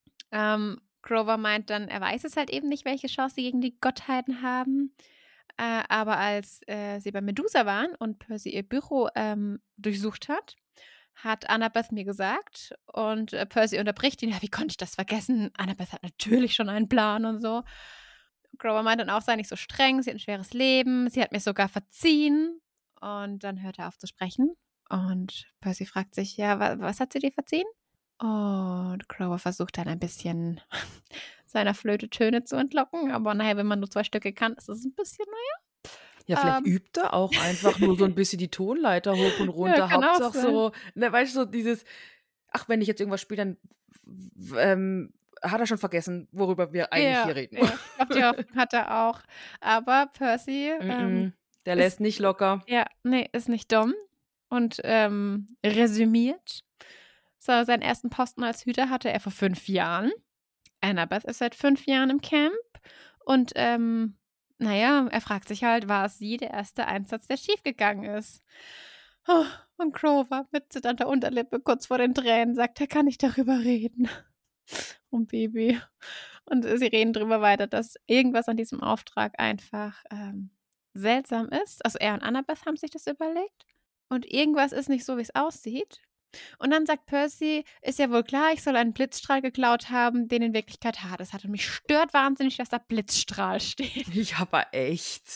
Grover meint dann, er weiß es halt eben nicht, welche Chance sie gegen die Gottheiten haben. Aber als sie bei Medusa waren und Percy ihr Büro durchsucht hat Annabeth mir gesagt und Percy unterbricht ihn, ja, wie konnte ich das vergessen? Annabeth hat natürlich schon einen Plan und so. Grover meint dann auch, sei nicht so streng, sie hat ein schweres Leben, sie hat mir sogar verziehen. Und dann hört er auf zu sprechen und Percy fragt sich, ja, was hat sie dir verziehen? Und Grover versucht dann ein bisschen seiner Flöte Töne zu entlocken, aber naja, wenn man nur 2 Stücke kann, ist es ein bisschen, Ja, vielleicht übt er auch einfach nur so ein bisschen die Tonleiter hoch und runter. kann auch Hauptsache sein. so, ne, weißt du, so dieses, ach, wenn ich jetzt irgendwas spiele, dann hat er schon vergessen, worüber wir eigentlich hier reden. Ja, ich glaube, die Hoffnung hat er auch. Aber Percy, Der lässt nicht locker. ja, nee, ist nicht dumm und resümiert. So, seinen ersten Posten als Hüter hatte er vor 5 Jahren. Annabeth ist seit 5 Jahren im Camp und naja, er fragt sich halt, war es sie der erste Einsatz, der schiefgegangen ist? Oh, und Grover mit zitternder Unterlippe kurz vor den Tränen sagt, er kann nicht darüber reden. Oh, Baby. Und sie reden darüber weiter, dass irgendwas an diesem Auftrag einfach seltsam ist. Also er und Annabeth haben sich das überlegt. Und irgendwas ist nicht so, wie es aussieht. Und dann sagt Percy, ist ja wohl klar, ich soll einen Blitzstrahl geklaut haben, den in Wirklichkeit Hades hat. Und mich stört wahnsinnig, dass da Blitzstrahl steht. Ich aber echt.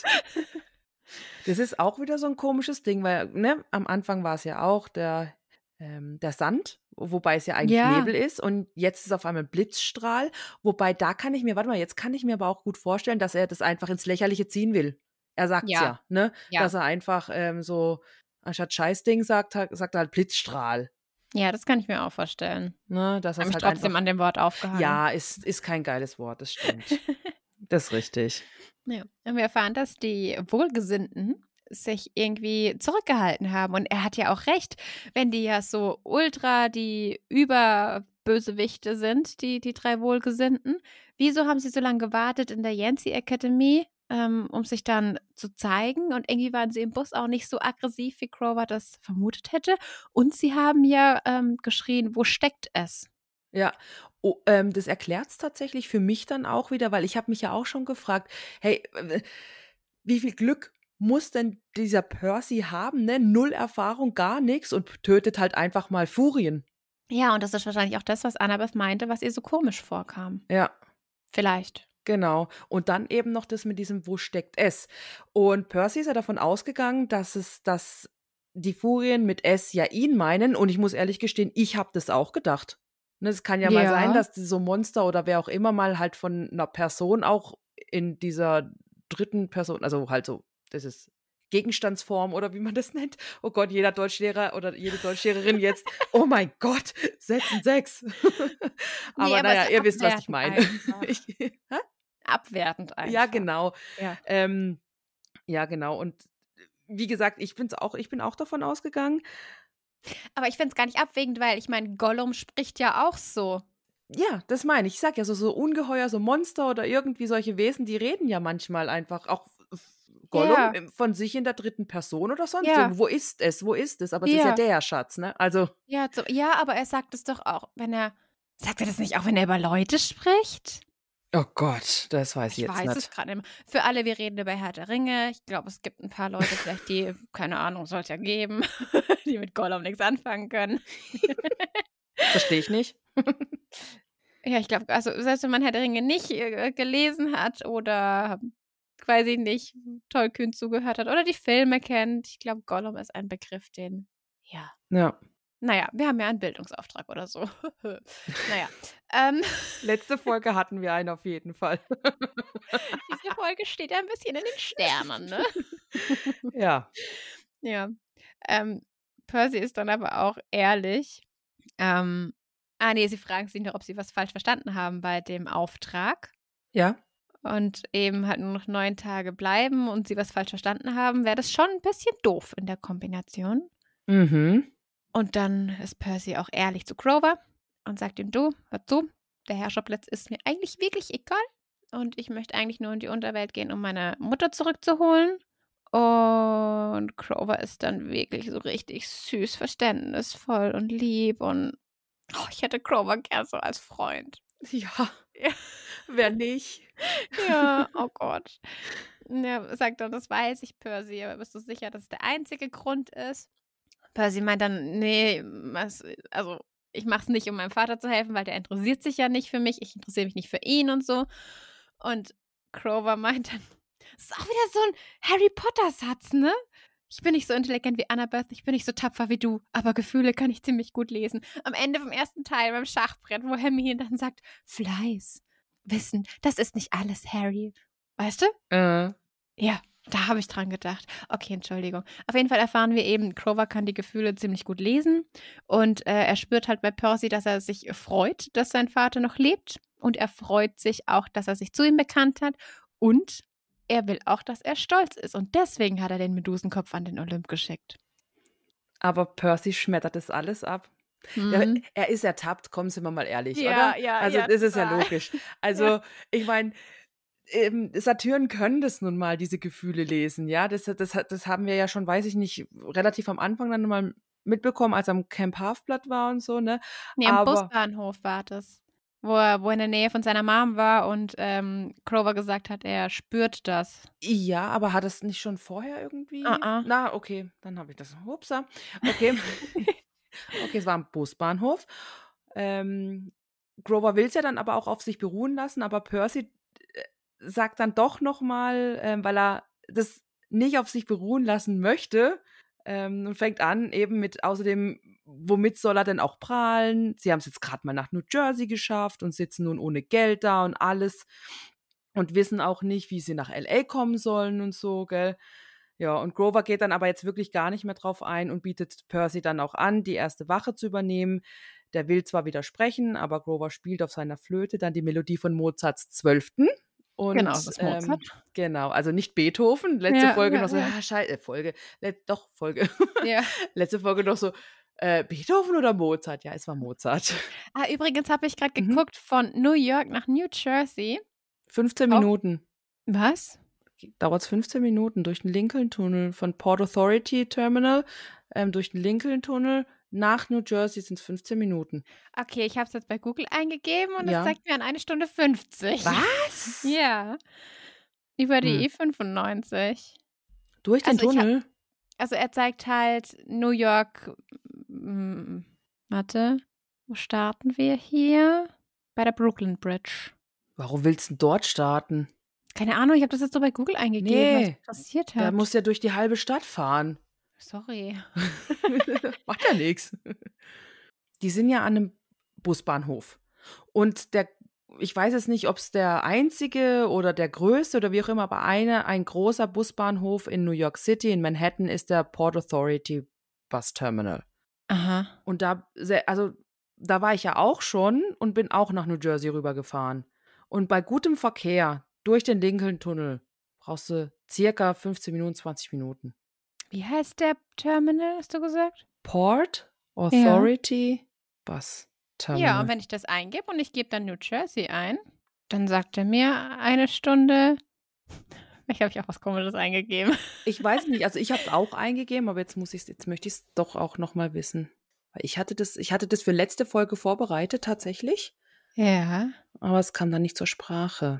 Das ist auch wieder so ein komisches Ding, weil ne, am Anfang war es ja auch der Sand, wobei es ja eigentlich Nebel ist. Und jetzt ist auf einmal Blitzstrahl. Wobei jetzt kann ich mir aber auch gut vorstellen, dass er das einfach ins Lächerliche ziehen will. Er sagt ja, ne? Ja. Dass er einfach so anstatt Scheißding sagt er halt Blitzstrahl. Ja, das kann ich mir auch vorstellen. Ne? Dass Ich habe mich halt trotzdem einfach, an dem Wort aufgehangen. ja, ist kein geiles Wort, das stimmt. Das ist richtig. Ja. Und wir erfahren, dass die Wohlgesinnten sich irgendwie zurückgehalten haben. Und er hat ja auch recht, wenn die ja so ultra die Überbösewichte sind, die drei Wohlgesinnten. Wieso haben sie so lange gewartet in der Yancy Academy, um sich dann zu zeigen? Und irgendwie waren sie im Bus auch nicht so aggressiv, wie Grover das vermutet hätte. Und sie haben ja geschrien, wo steckt es? Ja, das erklärt es tatsächlich für mich dann auch wieder, weil ich habe mich ja auch schon gefragt, hey, wie viel Glück muss denn dieser Percy haben, ne? 0 Erfahrung, gar nichts und tötet halt einfach mal Furien. Ja, und das ist wahrscheinlich auch das, was Annabeth meinte, was ihr so komisch vorkam. Ja. Vielleicht. Genau. Und dann eben noch das mit diesem, wo steckt es? Und Percy ist ja davon ausgegangen, dass die Furien mit S ja ihn meinen. Und ich muss ehrlich gestehen, ich habe das auch gedacht. Ne, es kann ja mal sein, dass so Monster oder wer auch immer mal halt von einer Person auch in dieser dritten Person, also halt so, das ist Gegenstandsform oder wie man das nennt. Oh Gott, jeder Deutschlehrer oder jede Deutschlehrerin jetzt, oh mein Gott, setzen 6. Aber naja, ihr wisst, was ich meine. Abwertend einfach. Ja, genau. Ja. Ja, genau. Und wie gesagt, ich bin auch davon ausgegangen. Aber ich finde es gar nicht abwägend, weil ich meine, Gollum spricht ja auch so. Ja, das meine ich. Ich sag ja, so Ungeheuer, so Monster oder irgendwie solche Wesen, die reden ja manchmal einfach auch Gollum von sich in der dritten Person oder sonst irgendwo. Wo ist es? Wo ist es? Aber es ist ja der Schatz, ne? Also. Ja, aber er sagt es doch auch, sagt er das nicht auch, wenn er über Leute spricht? Oh Gott, das weiß ich jetzt nicht. Ich weiß es gerade nicht mehr. Für alle, wir reden über Herr der Ringe. Ich glaube, es gibt ein paar Leute vielleicht, die, keine Ahnung, soll es ja geben, die mit Gollum nichts anfangen können. Verstehe ich nicht. Ja, ich glaube, also selbst wenn man Herr der Ringe nicht gelesen hat oder, weiß ich nicht, tollkühn zugehört hat oder die Filme kennt, ich glaube, Gollum ist ein Begriff, den, Ja. Naja, wir haben ja einen Bildungsauftrag oder so. Naja. Letzte Folge hatten wir einen auf jeden Fall. Diese Folge steht ja ein bisschen in den Sternen, ne? Ja. Ja. Percy ist dann aber auch ehrlich. Sie fragen sich noch, ob sie was falsch verstanden haben bei dem Auftrag. Ja. Und eben halt nur noch 9 Tage bleiben und sie was falsch verstanden haben, wäre das schon ein bisschen doof in der Kombination. Mhm. Und dann ist Percy auch ehrlich zu Grover und sagt ihm, du, hör zu, der Herrscherplatz ist mir eigentlich wirklich egal. Und ich möchte eigentlich nur in die Unterwelt gehen, um meine Mutter zurückzuholen. Und Grover ist dann wirklich so richtig süß, verständnisvoll und lieb. Und ich hätte Grover gern so als Freund. Ja. Wer nicht? Ja, oh Gott. Ja, sagt dann, das weiß ich, Percy, aber bist du sicher, dass es der einzige Grund ist? Percy meint dann, nee, also ich mache es nicht, um meinem Vater zu helfen, weil der interessiert sich ja nicht für mich, ich interessiere mich nicht für ihn und so. Und Grover meint dann, das ist auch wieder so ein Harry Potter-Satz, ne? Ich bin nicht so intelligent wie Annabeth, ich bin nicht so tapfer wie du, aber Gefühle kann ich ziemlich gut lesen. Am Ende vom ersten Teil beim Schachbrett, wo Hermine dann sagt, Fleiß, Wissen, das ist nicht alles, Harry. Weißt du? Ja. Da habe ich dran gedacht. Okay, Entschuldigung. Auf jeden Fall erfahren wir eben, Grover kann die Gefühle ziemlich gut lesen und er spürt halt bei Percy, dass er sich freut, dass sein Vater noch lebt und er freut sich auch, dass er sich zu ihm bekannt hat und er will auch, dass er stolz ist und deswegen hat er den Medusenkopf an den Olymp geschickt. Aber Percy schmettert das alles ab. Mhm. Ja, er ist ertappt, kommen Sie mal ehrlich, Ja, oder? ja, also ja, das ist ja total. logisch. Also ich meine, Satyren können das nun mal, diese Gefühle lesen, ja. Das haben wir ja schon, weiß ich nicht, relativ am Anfang dann mal mitbekommen, als er am Camp Half-Blood war und so, ne? Nee, am Busbahnhof war das. wo er in der Nähe von seiner Mom war und Grover gesagt hat, er spürt das. Ja, aber hat es nicht schon vorher irgendwie? Na, okay, dann habe ich das. Hupsa. Okay. Okay, es war am Busbahnhof. Grover will es ja dann aber auch auf sich beruhen lassen, aber Percy sagt dann doch nochmal, weil er das nicht auf sich beruhen lassen möchte, und fängt an eben mit, außerdem, womit soll er denn auch prahlen? Sie haben es jetzt gerade mal nach New Jersey geschafft und sitzen nun ohne Geld da und alles und wissen auch nicht, wie sie nach L.A. kommen sollen und so, gell? Ja, und Grover geht dann aber jetzt wirklich gar nicht mehr drauf ein und bietet Percy dann auch an, die erste Wache zu übernehmen. Der will zwar widersprechen, aber Grover spielt auf seiner Flöte dann die Melodie von Mozarts 12. Und, genau, das ist Mozart. Genau, also nicht Beethoven. Letzte Folge noch so, Folge. Ja. Letzte Folge noch so, Beethoven oder Mozart? Ja, es war Mozart. Übrigens habe ich gerade geguckt, von New York nach New Jersey. 15 Minuten. Was? Dauert es 15 Minuten durch den Lincoln-Tunnel von Port Authority Terminal, durch den Lincoln-Tunnel nach New Jersey sind es 15 Minuten. Okay, ich habe es jetzt bei Google eingegeben und es zeigt mir an 1 Stunde 50. Was? Ja. Über die E95. Durch den Tunnel? Er zeigt halt New York. Warte, wo starten wir hier? Bei der Brooklyn Bridge. Warum willst du denn dort starten? Keine Ahnung, ich habe das jetzt so bei Google eingegeben, was passiert hat. Da musst du ja durch die halbe Stadt fahren. Sorry. Macht ja nichts. Die sind ja an einem Busbahnhof. Und ich weiß jetzt nicht, ob es der einzige oder der größte oder wie auch immer, aber ein großer Busbahnhof in New York City, in Manhattan, ist der Port Authority Bus Terminal. Aha. Und da war ich ja auch schon und bin auch nach New Jersey rübergefahren. Und bei gutem Verkehr durch den Lincoln-Tunnel brauchst du circa 15 Minuten, 20 Minuten. Wie heißt der Terminal, hast du gesagt? Port Authority Bus Terminal. Ja, und wenn ich das eingebe und ich gebe dann New Jersey ein, dann sagt er mir 1 Stunde. Ich habe auch was Komisches eingegeben. Ich weiß nicht, also ich habe es auch eingegeben, aber jetzt möchte ich es doch auch nochmal wissen. Weil ich hatte das für letzte Folge vorbereitet, tatsächlich. Ja. Aber es kam dann nicht zur Sprache.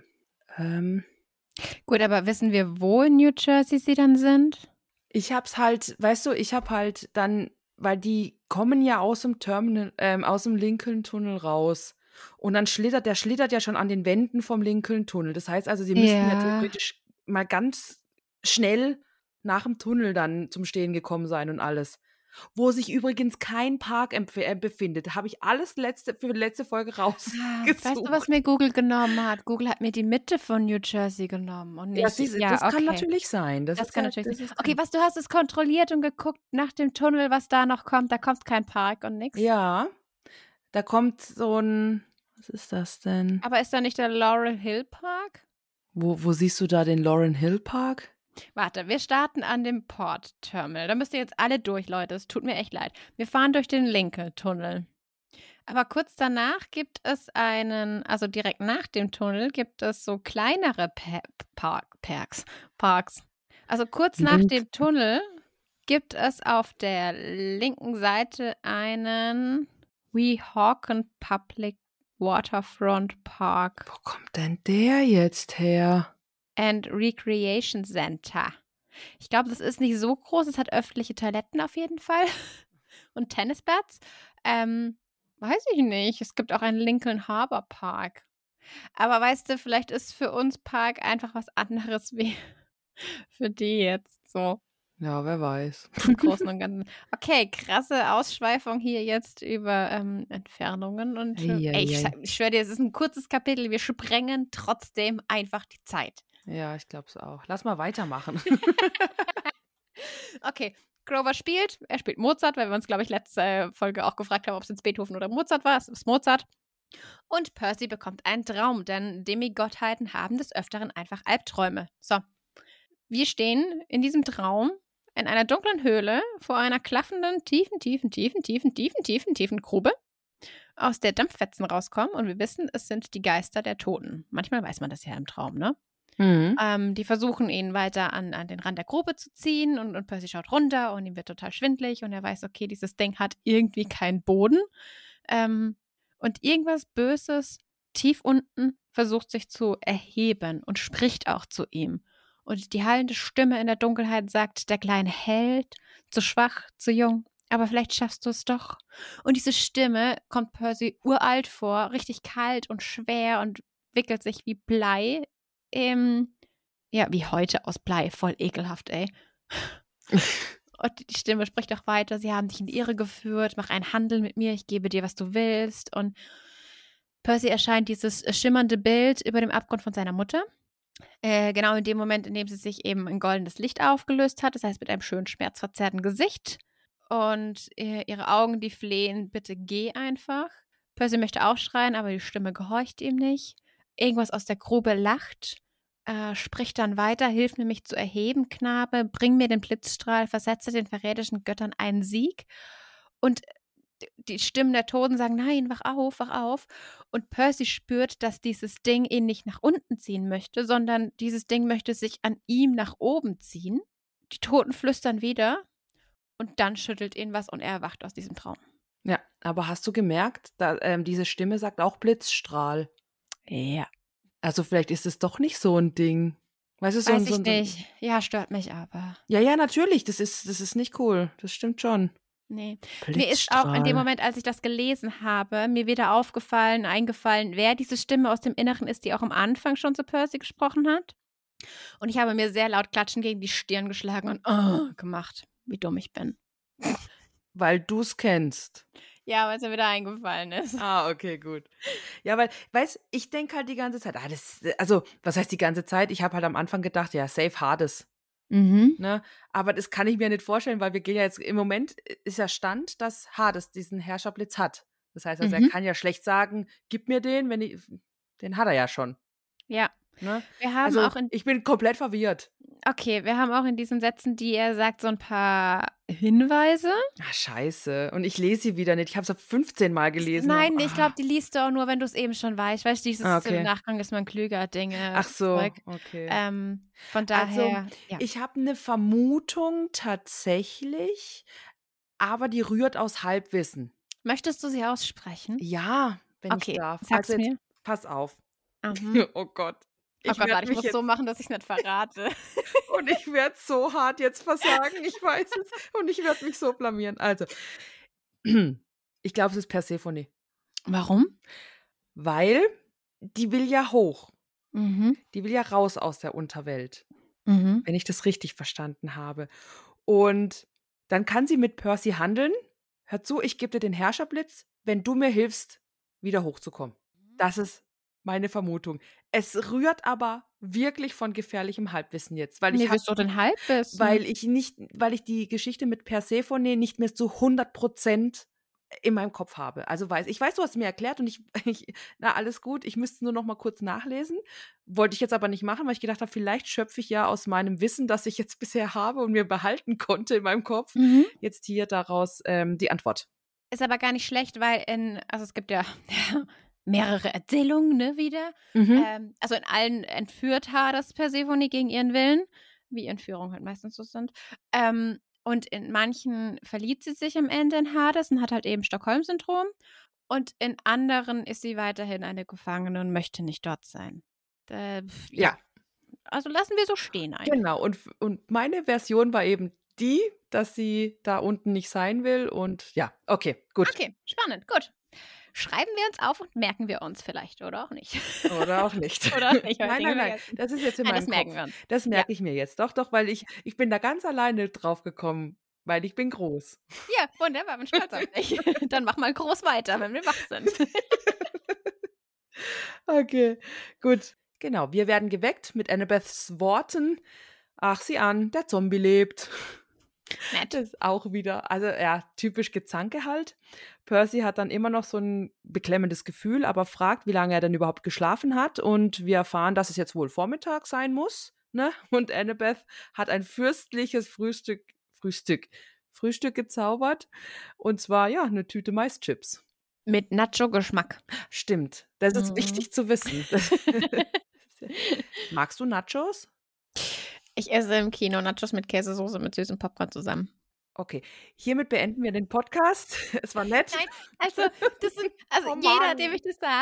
Gut, aber wissen wir, wo in New Jersey sie dann sind? Ich hab's halt, weißt du, dann, weil die kommen ja aus dem Terminal, aus dem Lincoln-Tunnel raus. Und dann schlittert ja schon an den Wänden vom Lincoln-Tunnel. Das heißt also, sie müssten ja theoretisch mal ganz schnell nach dem Tunnel dann zum Stehen gekommen sein und alles. Wo sich übrigens kein Park befindet. Da habe ich alles für die letzte Folge rausgesucht. Weißt du, was mir Google genommen hat? Google hat mir die Mitte von New Jersey genommen. Und nicht, das kann natürlich sein. Das kann natürlich sein. Okay, du hast es kontrolliert und geguckt nach dem Tunnel, was da noch kommt. Da kommt kein Park und nichts. Ja, da kommt so ein, was ist das denn? Aber ist da nicht der Laurel Hill Park? Wo siehst du da den Laurel Hill Park? Warte, wir starten an dem Port Terminal. Da müsst ihr jetzt alle durch, Leute. Es tut mir echt leid. Wir fahren durch den Lincoln-Tunnel. Aber kurz danach gibt es also direkt nach dem Tunnel gibt es so kleinere Parks. Also kurz nach dem Tunnel gibt es auf der linken Seite einen Weehawken Public Waterfront Park. Wo kommt denn der jetzt her? And Recreation Center. Ich glaube, das ist nicht so groß. Es hat öffentliche Toiletten auf jeden Fall. Und Tennisplatz. Weiß ich nicht. Es gibt auch einen Lincoln Harbor Park. Aber weißt du, vielleicht ist für uns Park einfach was anderes wie für die jetzt so. Ja, wer weiß. Im Großen und Ganzen. Okay, krasse Ausschweifung hier jetzt über Entfernungen. Und ich schwöre dir, es ist ein kurzes Kapitel. Wir sprengen trotzdem einfach die Zeit. Ja, ich glaube es auch. Lass mal weitermachen. Okay, Grover spielt. Er spielt Mozart, weil wir uns, glaube ich, letzte Folge auch gefragt haben, ob es jetzt Beethoven oder Mozart war. Es ist Mozart. Und Percy bekommt einen Traum, denn Demigottheiten haben des Öfteren einfach Albträume. So, wir stehen in diesem Traum in einer dunklen Höhle vor einer klaffenden, tiefen Grube, aus der Dampfwetzen rauskommen. Und wir wissen, es sind die Geister der Toten. Manchmal weiß man das ja im Traum, ne? Mhm. Die versuchen, ihn weiter an den Rand der Grube zu ziehen und Percy schaut runter und ihm wird total schwindelig und er weiß, okay, dieses Ding hat irgendwie keinen Boden und irgendwas Böses tief unten, versucht sich zu erheben und spricht auch zu ihm. Und die hallende Stimme in der Dunkelheit sagt, der kleine Held, zu schwach, zu jung, aber vielleicht schaffst du es doch. Und diese Stimme kommt Percy uralt vor, richtig kalt und schwer und wickelt sich wie Blei. Wie heute aus Blei, voll ekelhaft, ey. Und die Stimme spricht auch weiter, sie haben dich in die Irre geführt, mach einen Handel mit mir, ich gebe dir, was du willst. Und Percy erscheint dieses schimmernde Bild über dem Abgrund von seiner Mutter. Genau in dem Moment, in dem sie sich eben in goldenes Licht aufgelöst hat, das heißt mit einem schönen schmerzverzerrten Gesicht. Und ihre Augen, die flehen, bitte geh einfach. Percy möchte aufschreien, aber die Stimme gehorcht ihm nicht. Irgendwas aus der Grube lacht, spricht dann weiter, hilf mir, mich zu erheben, Knabe, bring mir den Blitzstrahl, versetze den verräterischen Göttern einen Sieg. Und die Stimmen der Toten sagen, nein, wach auf, wach auf. Und Percy spürt, dass dieses Ding ihn nicht nach unten ziehen möchte, sondern dieses Ding möchte sich an ihm nach oben ziehen. Die Toten flüstern wieder und dann schüttelt ihn was und er erwacht aus diesem Traum. Ja, aber hast du gemerkt, diese Stimme sagt auch Blitzstrahl. Ja. Also vielleicht ist es doch nicht so ein Ding. Weißt du, Weiß ich nicht. Ja, stört mich aber. Ja, natürlich, das ist nicht cool. Das stimmt schon. Nee. Mir ist auch in dem Moment, als ich das gelesen habe, mir wieder eingefallen, wer diese Stimme aus dem Inneren ist, die auch am Anfang schon zu Percy gesprochen hat. Und ich habe mir sehr laut klatschen gegen die Stirn geschlagen und gemacht, wie dumm ich bin. Weil du es kennst. Ja, weil es mir wieder eingefallen ist. Ah, okay, gut. Ja, weil, ich denke halt die ganze Zeit, was heißt die ganze Zeit? Ich habe halt am Anfang gedacht, ja, safe Hades. Ne? Aber das kann ich mir nicht vorstellen, weil wir gehen ja jetzt, im Moment ist ja Stand, dass Hades diesen Herrscherblitz hat. Das heißt, also er kann ja schlecht sagen, gib mir den, den hat er ja schon. Ja. Ne? Wir haben auch ich bin komplett verwirrt. Okay, wir haben auch in diesen Sätzen, die er sagt, so ein paar Hinweise. Ach, scheiße. Und ich lese sie wieder nicht. Ich habe es 15 Mal gelesen. Nein, ich glaube, die liest du auch nur, wenn du es eben schon weißt. Weißt du, dieses okay. Im Nachgang ist man klüger Dinge. Ach so, Zeug. okay. Von daher, also, ich habe eine Vermutung tatsächlich, aber die rührt aus Halbwissen. Möchtest du sie aussprechen? Ja, wenn ich darf. Sag's also jetzt, mir. Pass auf. Oh Gott. Ich muss so machen, dass ich es nicht verrate. Und ich werde so hart jetzt versagen, ich weiß es. Und ich werde mich so blamieren. Also, ich glaube, es ist Persephone. Warum? Weil die will ja hoch. Mhm. Die will ja raus aus der Unterwelt. Mhm. Wenn ich das richtig verstanden habe. Und dann kann sie mit Percy handeln. Hör zu, ich gebe dir den Herrscherblitz, wenn du mir hilfst, wieder hochzukommen. Das ist meine Vermutung. Es rührt aber wirklich von gefährlichem Halbwissen jetzt. Wieso denn Halbwissen? Weil ich die Geschichte mit Persephone nicht mehr zu 100% in meinem Kopf habe. Also ich weiß, du hast es mir erklärt und alles gut, ich müsste nur noch mal kurz nachlesen. Wollte ich jetzt aber nicht machen, weil ich gedacht habe, vielleicht schöpfe ich ja aus meinem Wissen, das ich jetzt bisher habe und mir behalten konnte in meinem Kopf, jetzt hier daraus die Antwort. Ist aber gar nicht schlecht, weil es gibt ja mehrere Erzählungen, ne, wieder. Also in allen entführt Hades Persephone gegen ihren Willen, wie Entführungen halt meistens so sind. Und in manchen verliebt sie sich am Ende in Hades und hat halt eben Stockholm-Syndrom. Und in anderen ist sie weiterhin eine Gefangene und möchte nicht dort sein. Ja. Also lassen wir so stehen einfach. Genau, und meine Version war eben die, dass sie da unten nicht sein will. Und ja, okay, gut. Okay, spannend, gut. Schreiben wir uns auf und merken wir uns vielleicht, oder auch nicht. Oder auch nicht. Oder auch nicht. Nein. Das ist jetzt in meinem Kopf. Merken wir uns. Das merke ich mir jetzt. Doch, weil ich bin da ganz alleine drauf gekommen, weil ich bin groß. Ja, wunderbar, bin stolz auf dich. Dann mach mal groß weiter, wenn wir wach sind. Okay, gut. Genau, wir werden geweckt mit Annabeths Worten. Ach, sieh an, der Zombie lebt. Nett. Das ist auch wieder, also ja, typisch Gezanke halt. Percy hat dann immer noch so ein beklemmendes Gefühl, aber fragt, wie lange er denn überhaupt geschlafen hat. Und wir erfahren, dass es jetzt wohl Vormittag sein muss. Ne? Und Annabeth hat ein fürstliches Frühstück gezaubert. Und zwar, ja, eine Tüte Maischips. Mit Nacho-Geschmack. Stimmt, das ist wichtig zu wissen. Magst du Nachos? Ich esse im Kino Nachos mit Käsesoße mit süßem Popcorn zusammen. Okay, hiermit beenden wir den Podcast. Es war nett. Nein, also, Oh jeder, Mann. dem ich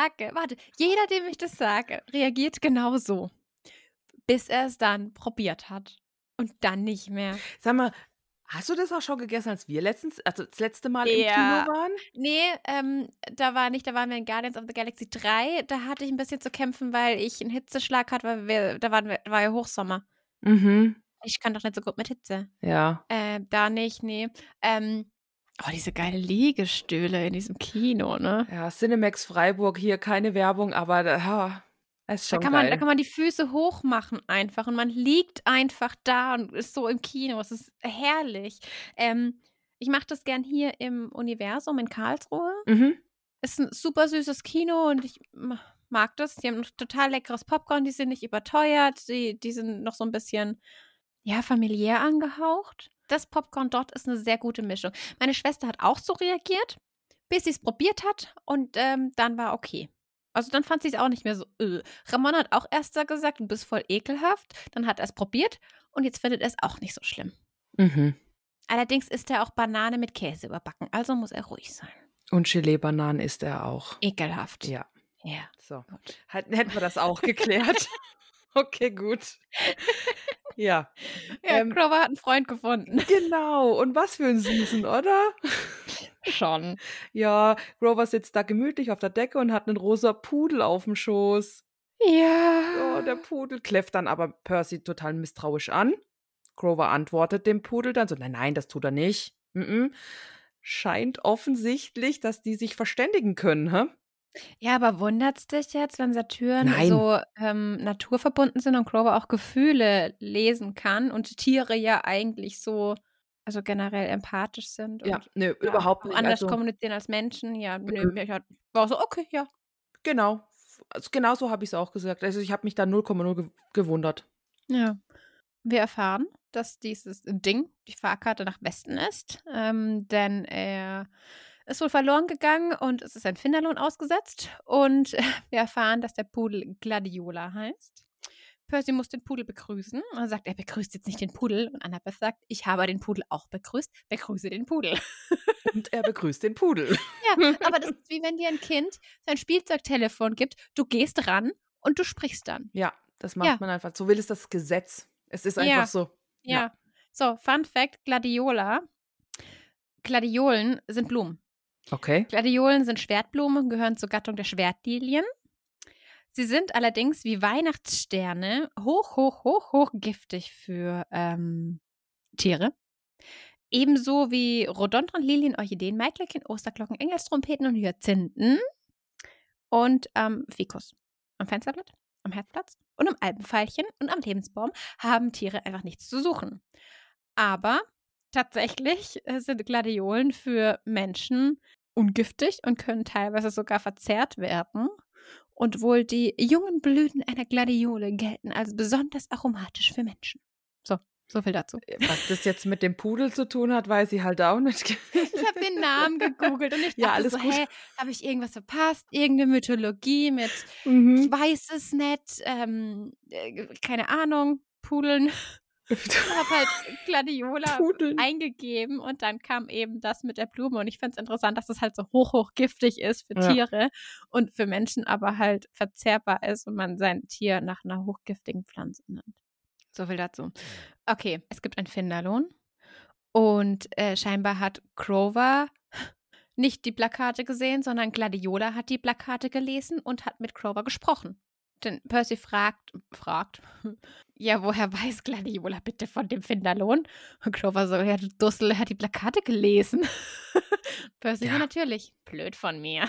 das sage, reagiert genauso, bis er es dann probiert hat und dann nicht mehr. Sag mal, hast du das auch schon gegessen, als wir das letzte Mal im Kino Ja. waren? Nee, da waren wir in Guardians of the Galaxy 3. Da hatte ich ein bisschen zu kämpfen, weil ich einen Hitzeschlag hatte, weil da war ja Hochsommer. Mhm. Ich kann doch nicht so gut mit Hitze. Ja. Da nicht, nee. Diese geile Liegestühle in diesem Kino, ne? Ja, Cinemax Freiburg, hier keine Werbung, aber es ist Da schon kann geil. man die Füße hoch machen einfach und man liegt einfach da und ist so im Kino. Es ist herrlich. Ich mache das gern hier im Universum in Karlsruhe. Mhm. Ist ein super süßes Kino und ich mag das. Die haben ein total leckeres Popcorn, die sind nicht überteuert, die sind noch so ein bisschen, ja, familiär angehaucht. Das Popcorn dort ist eine sehr gute Mischung. Meine Schwester hat auch so reagiert, bis sie es probiert hat und dann war okay. Also dann fand sie es auch nicht mehr so. Ramon hat auch erst da gesagt, du bist voll ekelhaft. Dann hat er es probiert und jetzt findet er es auch nicht so schlimm. Mhm. Allerdings isst er auch Banane mit Käse überbacken, also muss er ruhig sein. Und Gelee-Bananen isst er auch. Ekelhaft. Ja. Ja. So. Hätten wir das auch geklärt. Okay, gut. Ja. Ja, Grover hat einen Freund gefunden. Genau. Und was für einen Süßen, oder? Schon. Ja, Grover sitzt da gemütlich auf der Decke und hat einen rosa Pudel auf dem Schoß. Ja. Oh, der Pudel kläfft dann aber Percy total misstrauisch an. Grover antwortet dem Pudel dann so, nein, das tut er nicht. Scheint offensichtlich, dass die sich verständigen können, hä? Ja, aber wundert's dich jetzt, wenn Satyren Nein. so naturverbunden sind und Grover auch Gefühle lesen kann und Tiere ja eigentlich so, also generell empathisch sind Ja, und nö, ja, überhaupt auch nicht. anders Also, kommunizieren als Menschen? Ja, nö, ich war so, okay, ja. genau. Also, genau so habe ich es auch gesagt. Also ich habe mich da 0,0 gewundert. Ja. Wir erfahren, dass dieses Ding, die Fahrkarte nach Westen ist, denn er ist wohl verloren gegangen und es ist ein Finderlohn ausgesetzt. Und wir erfahren, dass der Pudel Gladiola heißt. Percy muss den Pudel begrüßen. Er sagt, er begrüßt jetzt nicht den Pudel. Und Annabeth sagt, ich habe den Pudel auch begrüßt. Begrüße den Pudel. Und er begrüßt den Pudel. Ja, aber das ist wie wenn dir ein Kind sein Spielzeugtelefon gibt. Du gehst ran und du sprichst dann. Ja, das macht man einfach. So will es das Gesetz. Es ist einfach so. Ja. So, Fun Fact, Gladiola. Gladiolen sind Blumen. Okay. Gladiolen sind Schwertblumen, gehören zur Gattung der Schwertlilien. Sie sind allerdings wie Weihnachtssterne hoch giftig für Tiere. Ebenso wie Rhododendron, Lilien, Orchideen, Maiglöckchen, Osterglocken, Engelstrompeten und Hyazinthen. Und Ficus. Am Fensterblatt, am Herzplatz und am Alpenveilchen und am Lebensbaum haben Tiere einfach nichts zu suchen. Aber tatsächlich sind Gladiolen für Menschen ungiftig und können teilweise sogar verzehrt werden. Und wohl die jungen Blüten einer Gladiole gelten als besonders aromatisch für Menschen. So viel dazu. Was das jetzt mit dem Pudel zu tun hat, weiß ich halt auch nicht. Ich habe den Namen gegoogelt und ich dachte Ja, alles so, gut. habe ich irgendwas verpasst? Irgendeine Mythologie mit, ich weiß es nicht, keine Ahnung, Pudeln. Ich habe halt Gladiola Pudeln. eingegeben und dann kam eben das mit der Blume und ich fand es interessant, dass es halt so hoch giftig ist für Ja. Tiere und für Menschen aber halt verzehrbar ist und man sein Tier nach einer hochgiftigen Pflanze nennt. So viel dazu. Okay, es gibt ein Finderlohn und scheinbar hat Grover nicht die Plakate gesehen, sondern Gladiola hat die Plakate gelesen und hat mit Grover gesprochen. Denn Percy fragt, ja, woher weiß Gladiola bitte von dem Finderlohn? Und Grover so, ja, du Dussel, er hat die Plakate gelesen. Percy, ja, natürlich. Blöd von mir.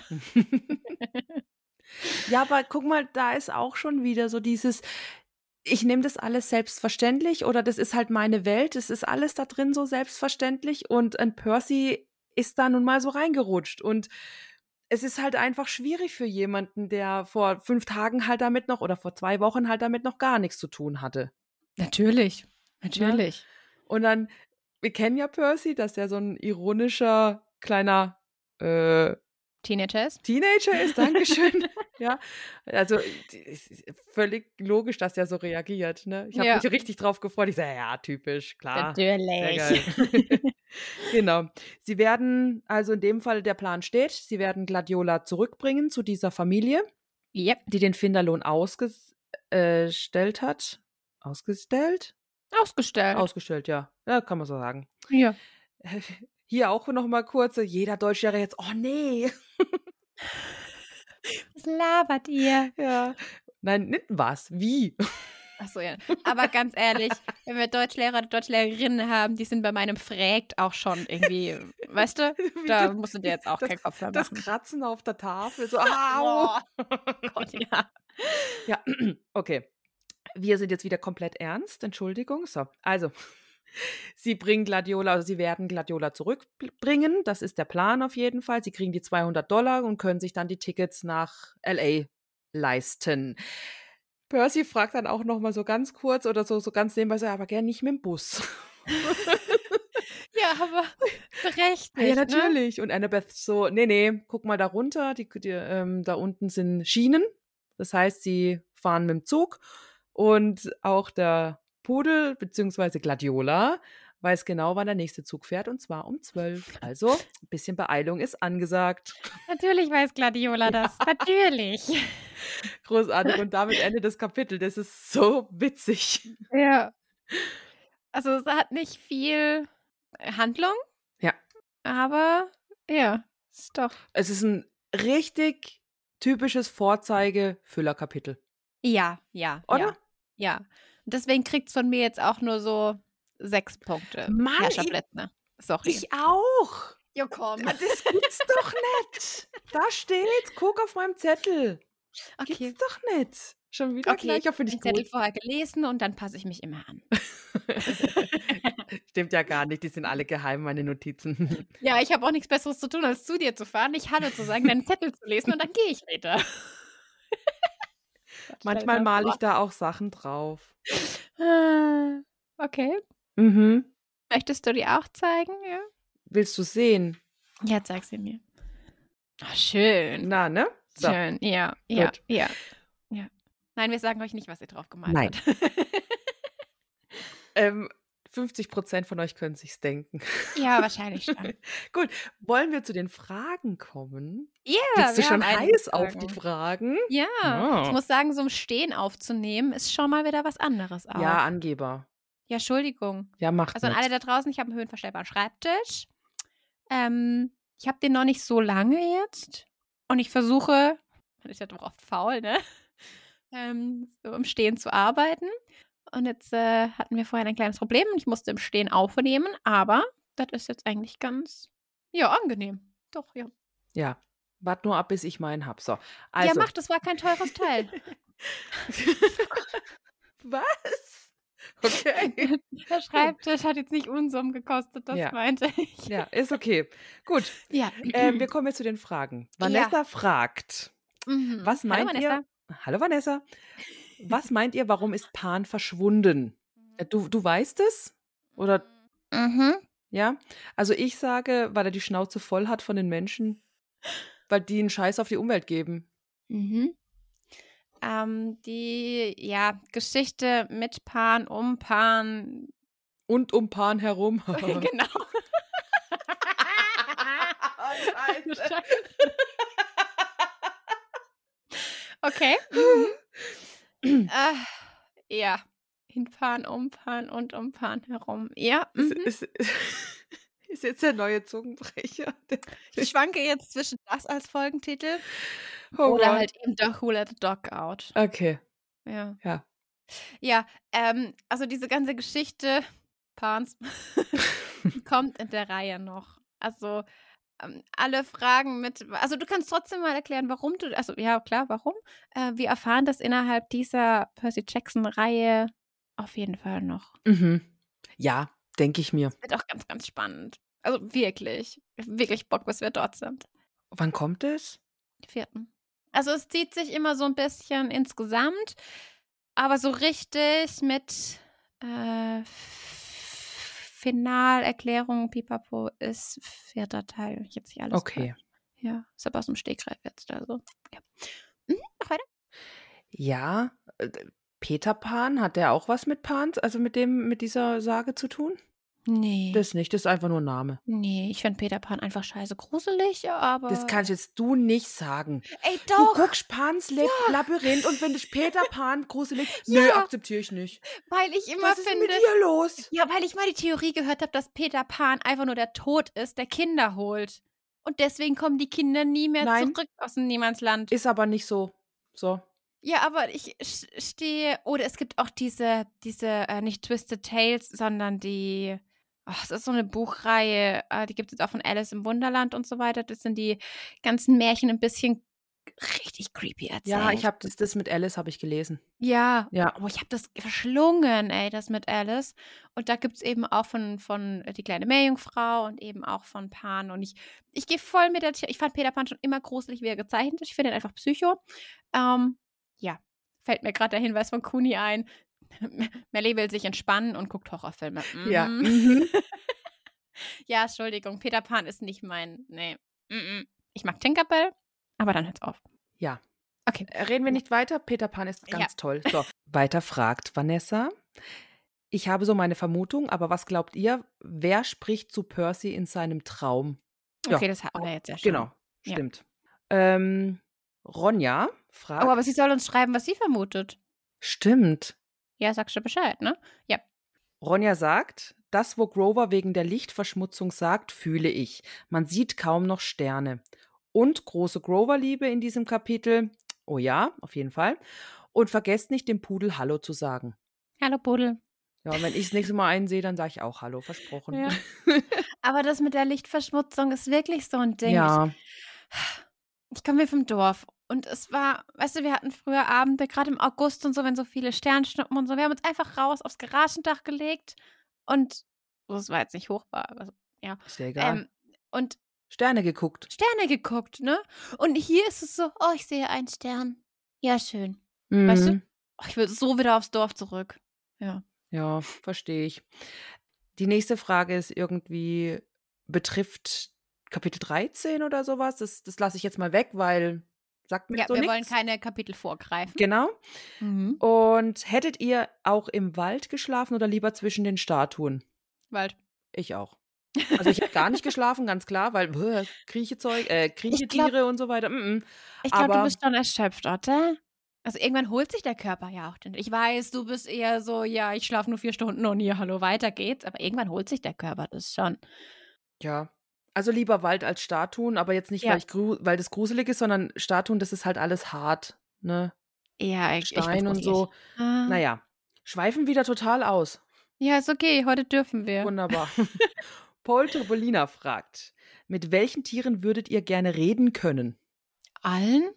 Ja, aber guck mal, da ist auch schon wieder so dieses, ich nehme das alles selbstverständlich oder das ist halt meine Welt, es ist alles da drin so selbstverständlich und ein Percy ist da nun mal so reingerutscht und es ist halt einfach schwierig für jemanden, der vor 5 Tagen halt damit noch oder vor 2 Wochen halt damit noch gar nichts zu tun hatte. Natürlich. Und dann, wir kennen ja Percy, dass der so ein ironischer kleiner Teenager ist. Teenager ist, Dankeschön. Ja, also es ist völlig logisch, dass der so reagiert, ne? Ich habe Ja. mich richtig drauf gefreut. Ich sage: „Ja, typisch, klar, sehr Natürlich. geil.“ Genau. Sie werden also in dem Fall der Plan steht, sie werden Gladiola zurückbringen zu dieser Familie, Yep. die den Finderlohn stellt hat. Ausgestellt? Ausgestellt. Ausgestellt, ja. Ja, kann man so sagen. Ja. Hier auch noch mal kurz, jeder Deutschlehrer jetzt: „Oh ne.“ Was labert ihr? Ja. Nein, nicht was, wie? Ach so, ja. Aber ganz ehrlich, wenn wir Deutschlehrer oder Deutschlehrerinnen haben, die sind bei meinem Frägt auch schon irgendwie, weißt du? Wie Da das musst du dir jetzt auch keinen Kopf mehr das machen. Kratzen auf der Tafel, so: „Au!“ Gott, ja. Ja, okay. Wir sind jetzt wieder komplett ernst, Entschuldigung. So, also, sie werden Gladiola zurückbringen. Das ist der Plan auf jeden Fall. Sie kriegen die $200 und können sich dann die Tickets nach L.A. leisten. Percy fragt dann auch noch mal so ganz kurz oder so ganz nebenbei so: „Aber gern nicht mit dem Bus.“ Ja, aber berechtigt, Ja, ne? natürlich. Und Annabeth so: „Ne, guck mal da runter, da unten sind Schienen. Das heißt, sie fahren mit dem Zug.“ Und auch der Pudel beziehungsweise Gladiola weiß genau, wann der nächste Zug fährt, und zwar um 12. Also, 'n bisschen Beeilung ist angesagt. Natürlich weiß Gladiola das. Natürlich. Großartig. Und damit endet das Kapitel. Das ist so witzig. Ja. Also, es hat nicht viel Handlung, Ja. aber ja, ist doch. Es ist ein richtig typisches Vorzeige-Füller-Kapitel, Ja, ja, oder? ja, ja. Und deswegen kriegt's von mir jetzt auch nur so 6 Punkte. Mann, Herrscherplätze. Sorry. ich auch. Ja, komm. Das gibt's doch nicht. Da steht, guck auf meinem Zettel. Okay. Gibt's doch nicht. Schon wieder Okay, gleich, ich habe finde den ich Zettel gut. vorher gelesen und dann passe ich mich immer an. Stimmt ja gar nicht, die sind alle geheim, meine Notizen. Ja, ich habe auch nichts Besseres zu tun, als zu dir zu fahren, nicht Hallo zu sagen, deinen Zettel zu lesen und dann gehe ich wieder. Manchmal male ich da auch Sachen drauf. Okay. Mhm. Möchtest du die auch zeigen? Ja. Willst du sehen? Ja, zeig sie mir. Ach, schön. Na, ne? So. Schön. Ja, ja, Gut. ja, ja. Nein, wir sagen euch nicht, was ihr drauf gemalt Nein. habt. 50% von euch können sich's denken. Ja, wahrscheinlich schon. Gut, wollen wir zu den Fragen kommen? Ja, Bist du wir schon haben einige heiß auf die Fragen? Ja, Oh. ich muss sagen, so im Stehen aufzunehmen, ist schon mal wieder was anderes auch. Ja, Angeber. Ja, Entschuldigung. Ja, macht Also an nix. alle da draußen, ich habe einen höhenverstellbaren Schreibtisch. Ich habe den noch nicht so lange jetzt. Und ich versuche, man ist ja doch oft faul, ne? So im Stehen zu arbeiten. Und jetzt hatten wir vorhin ein kleines Problem und ich musste im Stehen aufnehmen, aber das ist jetzt eigentlich ganz, ja, angenehm. Doch, ja. Ja, wart nur ab, bis ich meinen hab. So, Ja, also. mach, das war kein teures Teil. Was? Okay. Der Schreibtisch hat jetzt nicht Unsummen gekostet, das Ja. meinte ich. Ja, ist okay. Gut, Ja. wir kommen jetzt zu den Fragen. Vanessa fragt, Mhm. was Hallo, meint Vanessa. ihr? Hallo Vanessa. Was meint ihr, warum ist Pan verschwunden? Du weißt es? Oder, Mhm. ja? Also ich sage, weil er die Schnauze voll hat von den Menschen, weil die einen Scheiß auf die Umwelt geben. Mhm. Die, ja, Geschichte mit Pan, um Pan. Und um Pan herum. Genau. Scheiße. Okay. Ja. In Pan, um Pan und um Pan herum. Ja. Ist jetzt der neue Zungenbrecher. Ich schwanke jetzt zwischen das als Folgentitel Oh oder Gott. halt eben Who Let the Dog Out. Okay, Ja. ja. Ja, also diese ganze Geschichte Pans die kommt in der Reihe noch. Also alle Fragen mit, also du kannst trotzdem mal erklären, warum du, also ja klar, warum. Wir erfahren das innerhalb dieser Percy Jackson-Reihe auf jeden Fall noch. Mhm. Ja, denke ich mir. Wird auch ganz, ganz spannend. Also wirklich, wirklich Bock, bis wir dort sind. Wann kommt es? Die 4. Also es zieht sich immer so ein bisschen insgesamt, aber so richtig mit Finalerklärung, Pipapo, ist 4. Teil. Ich jetzt nicht alles. Okay. Ja, ist aber aus dem Stegreif jetzt. Also, ja. Mhm. noch weiter? Ja, Peter Pan, hat der auch was mit Pan, also mit dieser Sage zu tun? Nee. Das nicht, das ist einfach nur ein Name. Nee, ich finde Peter Pan einfach scheiße gruselig, aber. Das kannst jetzt du nicht sagen. Ey, Du doch! guckst Pans Labyrinth und findest Peter Pan gruselig. Ja. Nö, akzeptiere ich nicht. Weil ich immer Was ist denn finde. mit dir los? Ja, weil ich mal die Theorie gehört habe, dass Peter Pan einfach nur der Tod ist, der Kinder holt. Und deswegen kommen die Kinder nie mehr Nein. zurück aus dem Niemandsland. Ist aber nicht so. So. Ja, aber ich stehe. Oder es gibt auch diese nicht Twisted Tales, sondern die. Ach, es ist so eine Buchreihe, die gibt es jetzt auch von Alice im Wunderland und so weiter. Das sind die ganzen Märchen ein bisschen richtig creepy erzählt. Ja, ich habe das mit Alice habe ich gelesen. Ja, Ja. oh, ich habe das verschlungen, ey, das mit Alice. Und da gibt es eben auch von Die kleine Meerjungfrau und eben auch von Pan. Und ich gehe voll mit ich fand Peter Pan schon immer gruselig, wie er gezeichnet ist. Ich finde ihn einfach Psycho. Ja, fällt mir gerade der Hinweis von Kuni ein. Melly will sich entspannen und guckt Horrorfilme. Ja. Ja, Entschuldigung, Peter Pan ist nicht nee. Ich mag Tinkerbell, aber dann hört's auf. Ja. Okay. Reden wir nicht weiter. Peter Pan ist ganz toll. So, weiter fragt Vanessa. Ich habe so meine Vermutung, aber was glaubt ihr? Wer spricht zu Percy in seinem Traum? Okay, das hatten wir jetzt ja schon. Genau, Ja. stimmt. Ronja fragt. Oh, aber sie soll uns schreiben, was sie vermutet. Stimmt. Ja, sagst du Bescheid, ne? Ja. Ronja sagt, das, wo Grover wegen der Lichtverschmutzung sagt, fühle ich. Man sieht kaum noch Sterne. Und große Grover-Liebe in diesem Kapitel. Oh ja, auf jeden Fall. Und vergesst nicht, dem Pudel Hallo zu sagen. Hallo, Pudel. Ja, und wenn ich das nächste Mal einen sehe, dann sage ich auch Hallo, versprochen. Ja. Aber das mit der Lichtverschmutzung ist wirklich so ein Ding. Ja. Ich komme hier vom Dorf. Und es war, weißt du, wir hatten früher Abende, gerade im August und so, wenn so viele Sternschnuppen und so, wir haben uns einfach raus aufs Garagendach gelegt und, das war jetzt nicht hochbar, also, ja. Ist ja egal. Und Sterne geguckt. Sterne geguckt, ne? Und hier ist es so, oh, ich sehe einen Stern. Ja, schön. Mhm. Weißt du? Oh, ich will so wieder aufs Dorf zurück. Ja. Ja, verstehe ich. Die nächste Frage ist irgendwie, betrifft Kapitel 13 oder sowas. Das lasse ich jetzt mal weg, weil sagt mir Ja, so wir nichts. wollen keine Kapitel vorgreifen. Genau. Mhm. Und hättet ihr auch im Wald geschlafen oder lieber zwischen den Statuen? Wald. Ich auch. Also ich habe gar nicht geschlafen, ganz klar, weil Kriechetiere und so weiter. Ich glaube, du Aber- bist schon erschöpft, oder? Also irgendwann holt sich der Körper ja auch. Ich weiß, du bist eher so, ja, ich schlafe nur 4 Stunden und hier, hallo, weiter geht's. Aber irgendwann holt sich der Körper das schon. Ja. Also lieber Wald als Statuen, aber jetzt nicht, Ja. weil das gruselig ist, sondern Statuen, das ist halt alles hart, ne? Ja, ich Stein find's und so. gruselig. Naja, schweifen wieder total aus. Ja, ist okay, heute dürfen wir. Wunderbar. Paul Topolina fragt, mit welchen Tieren würdet ihr gerne reden können? Allen?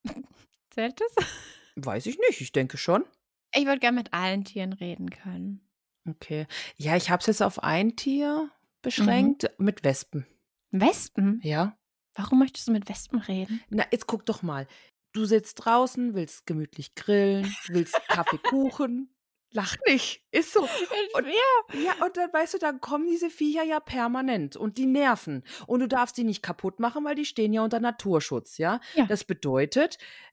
Zählt das? Weiß ich nicht, ich denke schon. Ich würde gerne mit allen Tieren reden können. Okay. Ja, ich habe es jetzt auf ein Tier beschränkt, mit Wespen. Wespen? Ja. Warum möchtest du mit Wespen reden? Na, jetzt guck doch mal. Du sitzt draußen, willst gemütlich grillen, willst Kaffee, Kuchen. Lach nicht. Ist so. Und, ja, und dann, weißt du, dann kommen diese Viecher ja permanent und die nerven. Und du darfst die nicht kaputt machen, weil die stehen ja unter Naturschutz, ja? Ja. Das bedeutet,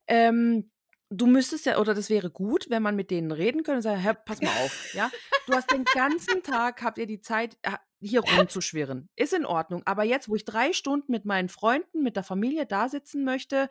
du müsstest ja, oder das wäre gut, wenn man mit denen reden könnte und sagen, Herr, pass mal auf, ja? Du hast den ganzen Tag, habt ihr die Zeit, hier rumzuschwirren. Ist in Ordnung. Aber jetzt, wo ich 3 Stunden mit meinen Freunden, mit der Familie da sitzen möchte,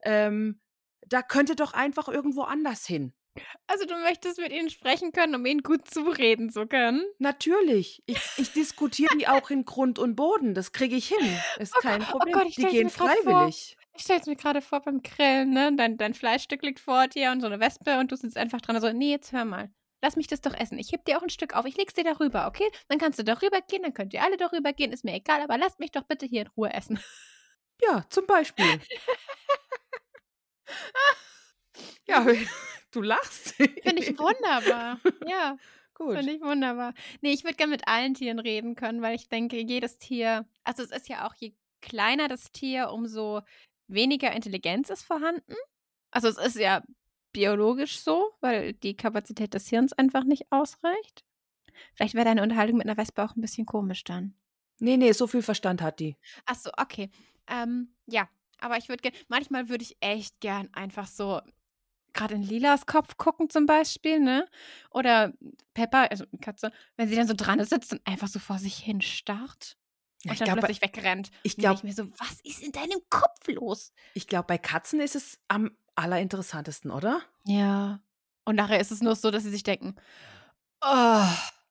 da könnte doch einfach irgendwo anders hin. Also du möchtest mit ihnen sprechen können, um ihnen gut zureden zu können? Natürlich. Ich diskutiere die auch in Grund und Boden. Das kriege ich hin. Ist kein Problem. Gott, ich die stell's gehen mir grad vor. freiwillig. Ich stelle es mir gerade vor beim Grillen, ne? Dein Fleischstück liegt vor dir und so eine Wespe und du sitzt einfach dran und so, nee, jetzt hör mal. Lass mich das doch essen. Ich heb dir auch ein Stück auf. Ich leg's dir darüber, okay? Dann kannst du darüber gehen, dann könnt ihr alle darüber gehen. Ist mir egal, aber lasst mich doch bitte hier in Ruhe essen. Ja, zum Beispiel. Ja, du lachst. Finde ich wunderbar. Ja, Gut. finde ich wunderbar. Nee, ich würde gerne mit allen Tieren reden können, weil ich denke, jedes Tier, also es ist ja auch, je kleiner das Tier, umso weniger Intelligenz ist vorhanden. Also es ist ja biologisch so, weil die Kapazität des Hirns einfach nicht ausreicht. Vielleicht wäre deine Unterhaltung mit einer Wespe auch ein bisschen komisch dann. Nee, so viel Verstand hat die. Ach so, okay. Ja, aber manchmal würde ich echt gern einfach so gerade in Lilas Kopf gucken zum Beispiel, ne? Oder Peppa, also Katze, wenn sie dann so dran sitzt und einfach so vor sich hin starrt Ja, und dann plötzlich wegrennt. ich Und dann glaub- denke ich mir so, was ist in deinem Kopf los? Ich glaube, bei Katzen ist es am allerinteressantesten, oder? Ja. Und nachher ist es nur so, dass sie sich denken, oh.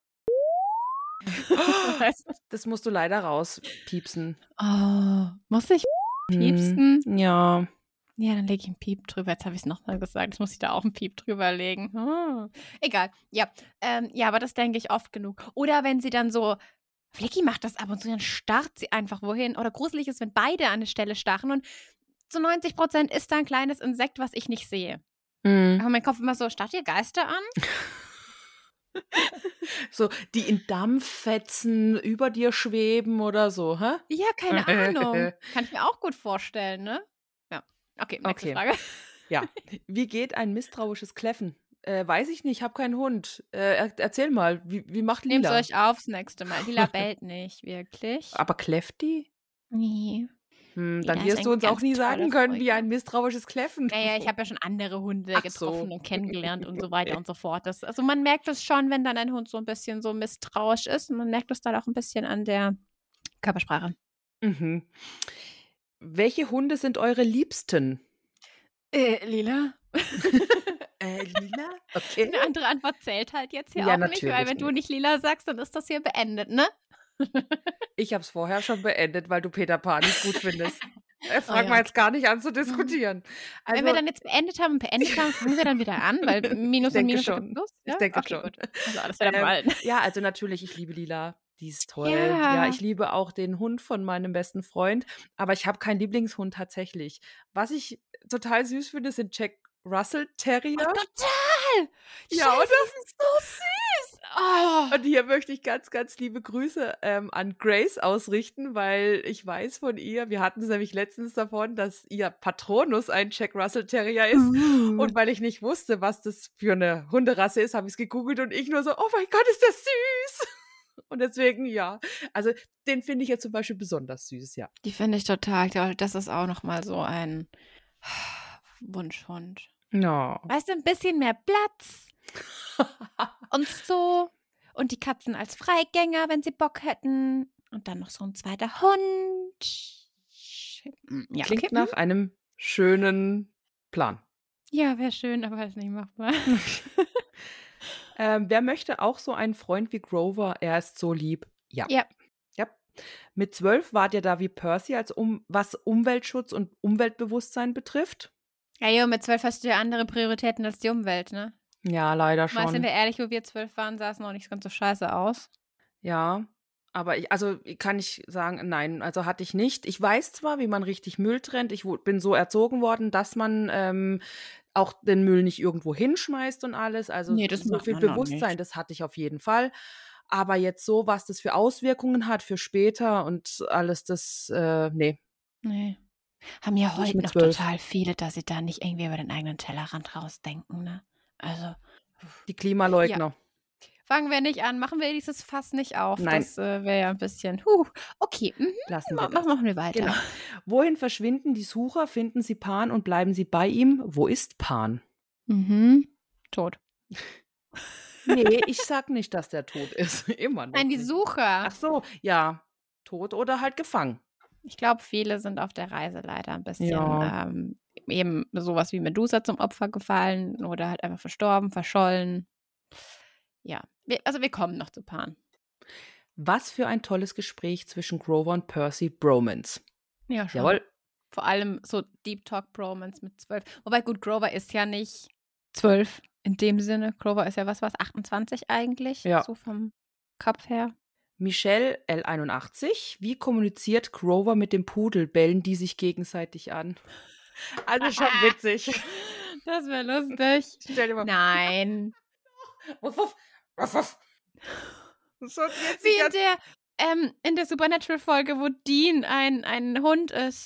Weißt du? Das musst du leider rauspiepsen. Oh, muss ich piepsen? Ja. Ja, dann lege ich einen Piep drüber. Jetzt habe ich es nochmal gesagt. Jetzt muss ich da auch einen Piep drüber legen. Egal. Ja. Ja, aber das denke ich oft genug. Oder wenn sie dann so, Flicky macht das ab und zu, dann starrt sie einfach wohin. Oder gruselig ist, wenn beide an eine Stelle starren und zu 90% ist da ein kleines Insekt, was ich nicht sehe. Aber mein Kopf immer so, starrt ihr Geister an? So, die in Dampffetzen über dir schweben oder so, hä? Ja, keine Ahnung. Kann ich mir auch gut vorstellen, ne? Ja. Okay, nächste Frage. Ja. Wie geht ein misstrauisches Kläffen? Weiß ich nicht, habe keinen Hund. Erzähl mal, wie macht Nehmt Lila? euch auf das nächste Mal. Lila bellt nicht, wirklich. Aber kläfft die? Nee. Dann Lila ist wirst ein du uns auch ganz nie sagen toller können, wie Freund. ein misstrauisches Kläffen. Naja, ich habe ja schon andere Hunde Ach getroffen so. und kennengelernt und so weiter und so fort. Also man merkt es schon, wenn dann ein Hund so ein bisschen so misstrauisch ist. Und man merkt es dann auch ein bisschen an der Körpersprache. Mhm. Welche Hunde sind eure Liebsten? Lila? Lila? Okay. Eine andere Antwort zählt halt jetzt hier Ja, auch nicht, weil natürlich wenn du nicht Lila sagst, dann ist das hier beendet, ne? Ich habe es vorher schon beendet, weil du Peter Pan nicht gut findest. Fangen ja, wir jetzt gar nicht an zu diskutieren. Also, Wenn wir dann jetzt beendet haben, fangen wir dann wieder an, weil Minus Ich und denke Minus schon. ergibt Plus. Ich Ja? denke Okay, schon. gut. Also alles wieder mal. Ja, also natürlich, ich liebe Lila. Die ist toll. Ja. Ja, ich liebe auch den Hund von meinem besten Freund, aber ich habe keinen Lieblingshund tatsächlich. Was ich total süß finde, sind Jack Russell Terrier. Total! Ja, Scheiße, oder? das ist so süß! Oh. Und hier möchte ich ganz, ganz liebe Grüße an Grace ausrichten, weil ich weiß von ihr, wir hatten es nämlich letztens davon, dass ihr Patronus ein Jack Russell Terrier ist. Und weil ich nicht wusste, was das für eine Hunderasse ist, habe ich es gegoogelt und ich nur so, oh mein Gott, ist das süß! Und deswegen, ja, also den finde ich jetzt zum Beispiel besonders süß, ja. Die finde ich toll. Das ist auch nochmal so ein Wunschhund. Ja. Weißt du, ein bisschen mehr Platz und so. Und die Katzen als Freigänger, wenn sie Bock hätten. Und dann noch so ein zweiter Hund. Ja, Klingt okay. nach einem schönen Plan. Ja, wäre schön, aber ist nicht machbar. Wer möchte auch so einen Freund wie Grover? Er ist so lieb. Ja. Ja. Ja. Mit 12 wart ihr da wie Percy, was Umweltschutz und Umweltbewusstsein betrifft? Ja, jo, mit 12 hast du ja andere Prioritäten als die Umwelt, ne? Ja, leider Mal sind schon. wir ehrlich, wo wir 12 waren, sah es noch nicht ganz so scheiße aus. Ja, aber kann ich sagen, nein, also hatte ich nicht. Ich weiß zwar, wie man richtig Müll trennt. Ich bin so erzogen worden, dass man auch den Müll nicht irgendwo hinschmeißt und alles. Also Nee, das so macht viel man auch Bewusstsein, nicht. das hatte ich auf jeden Fall. Aber jetzt so, was das für Auswirkungen hat für später und alles, das, nee. Nee. Haben ja Nicht heute mit noch 12. total viele, dass sie da nicht irgendwie über den eigenen Tellerrand rausdenken, ne? Also, Die Klimaleugner. fangen wir nicht an, machen wir dieses Fass nicht auf. Nein. Das wäre ja ein bisschen, okay, Lassen wir das. machen wir weiter. Genau. Wohin verschwinden die Sucher? Finden sie Pan und bleiben sie bei ihm? Wo ist Pan? Tot. Nee, ich sag nicht, dass der tot ist. Immer noch Nein, die nicht. Sucher. Ach so, ja. Tot oder halt gefangen. Ich glaube, viele sind auf der Reise leider ein bisschen Ja. eben sowas wie Medusa zum Opfer gefallen oder halt einfach verstorben, verschollen. Ja, wir kommen noch zu Pan. Was für ein tolles Gespräch zwischen Grover und Percy Bromance. Ja, schon. Jawohl. Vor allem so Deep Talk Bromance mit 12. Wobei gut, Grover ist ja nicht 12 in dem Sinne. Grover ist ja was, 28 eigentlich? Ja. So vom Kopf her. Michelle L81. Wie kommuniziert Grover mit dem Pudel? Bellen die sich gegenseitig an? Also schon witzig. Das wäre lustig. Stell dir mal Nein. Wuff, wuff, wuff, wuff. So jetzt Wie in der Supernatural-Folge, wo Dean ein Hund ist.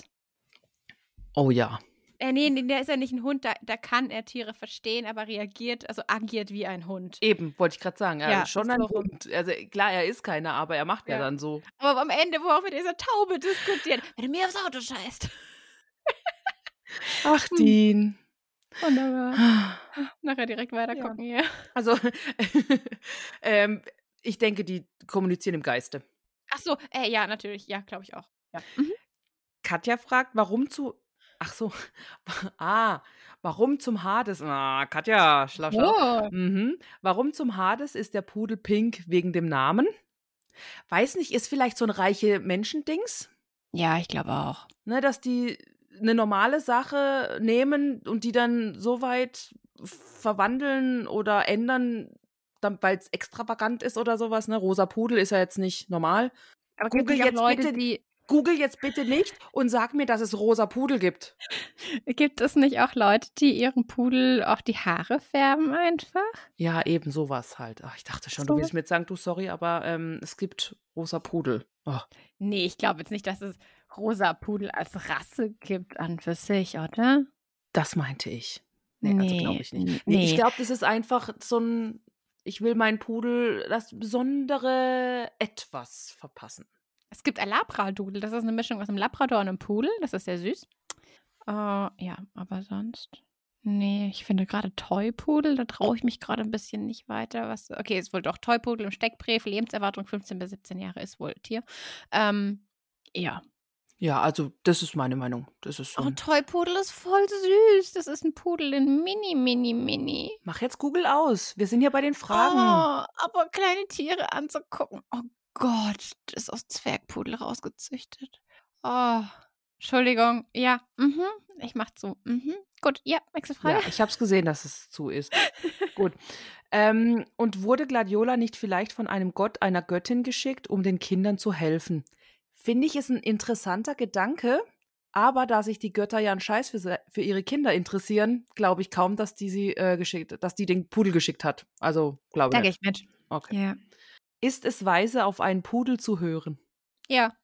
Oh ja. Nee, der ist ja nicht ein Hund, da kann er Tiere verstehen, aber agiert wie ein Hund. Eben, wollte ich gerade sagen. Er Ja, ist schon so ein rum. Hund. Also klar, er ist keiner, aber er macht ja Ja. dann so. Aber am Ende, wo auch mit dieser Taube diskutiert, wenn du mir aufs Auto scheißt. Ach, Dean. Wunderbar. Nachher direkt weitergucken hier. Also, ich denke, die kommunizieren im Geiste. Ach so, ja, natürlich. Ja, glaube ich auch. Ja. Katja fragt, warum ach so, warum zum Hades? Katja, schlau. Oh. Warum zum Hades ist der Pudel pink wegen dem Namen? Weiß nicht, ist vielleicht so ein reiche Menschendings? Ja, ich glaube auch. Ne, dass die eine normale Sache nehmen und die dann so weit verwandeln oder ändern, weil es extravagant ist oder sowas. Ne? Rosa Pudel ist ja jetzt nicht normal. Aber Google jetzt bitte nicht und sag mir, dass es rosa Pudel gibt. Gibt es nicht auch Leute, die ihren Pudel auch die Haare färben einfach? Ja, eben sowas halt. Ach, ich dachte schon, du willst mir jetzt sagen, du sorry, aber es gibt rosa Pudel. Oh. Nee, ich glaube jetzt nicht, dass es rosa Pudel als Rasse gibt an für sich, oder? Das meinte ich. Nee, also glaube ich nicht. Nee, ich glaube, das ist einfach so ein, ich will meinen Pudel das besondere Etwas verpassen. Es gibt ein Labradudel, das ist eine Mischung aus einem Labrador und einem Pudel, das ist sehr süß. Ja, aber sonst, nee, ich finde gerade Toypudel, da traue ich mich gerade ein bisschen nicht weiter. Okay, ist wohl doch Toypudel im Steckbrief, Lebenserwartung 15 bis 17 Jahre ist wohl Tier. Ja. Ja, also das ist meine Meinung. Das ist so Oh, Toypudel ist voll süß. Das ist ein Pudel in mini. Mach jetzt Google aus. Wir sind hier bei den Fragen. Oh, aber kleine Tiere anzugucken. Oh Gott, das ist aus Zwergpudel rausgezüchtet. Oh, Entschuldigung. Ja, ich mach zu. Gut, ja, nächste Frage. Ja, ich habe es gesehen, dass es zu ist. Gut. Und wurde Gladiola nicht vielleicht von einem Gott, einer Göttin geschickt, um den Kindern zu helfen? Finde ich, ist ein interessanter Gedanke, aber da sich die Götter ja einen Scheiß für ihre Kinder interessieren, glaube ich kaum, dass die dass die den Pudel geschickt hat. Also, glaube ich. Da gehe ich mit. Okay. Ja. Ist es weise, auf einen Pudel zu hören? Ja.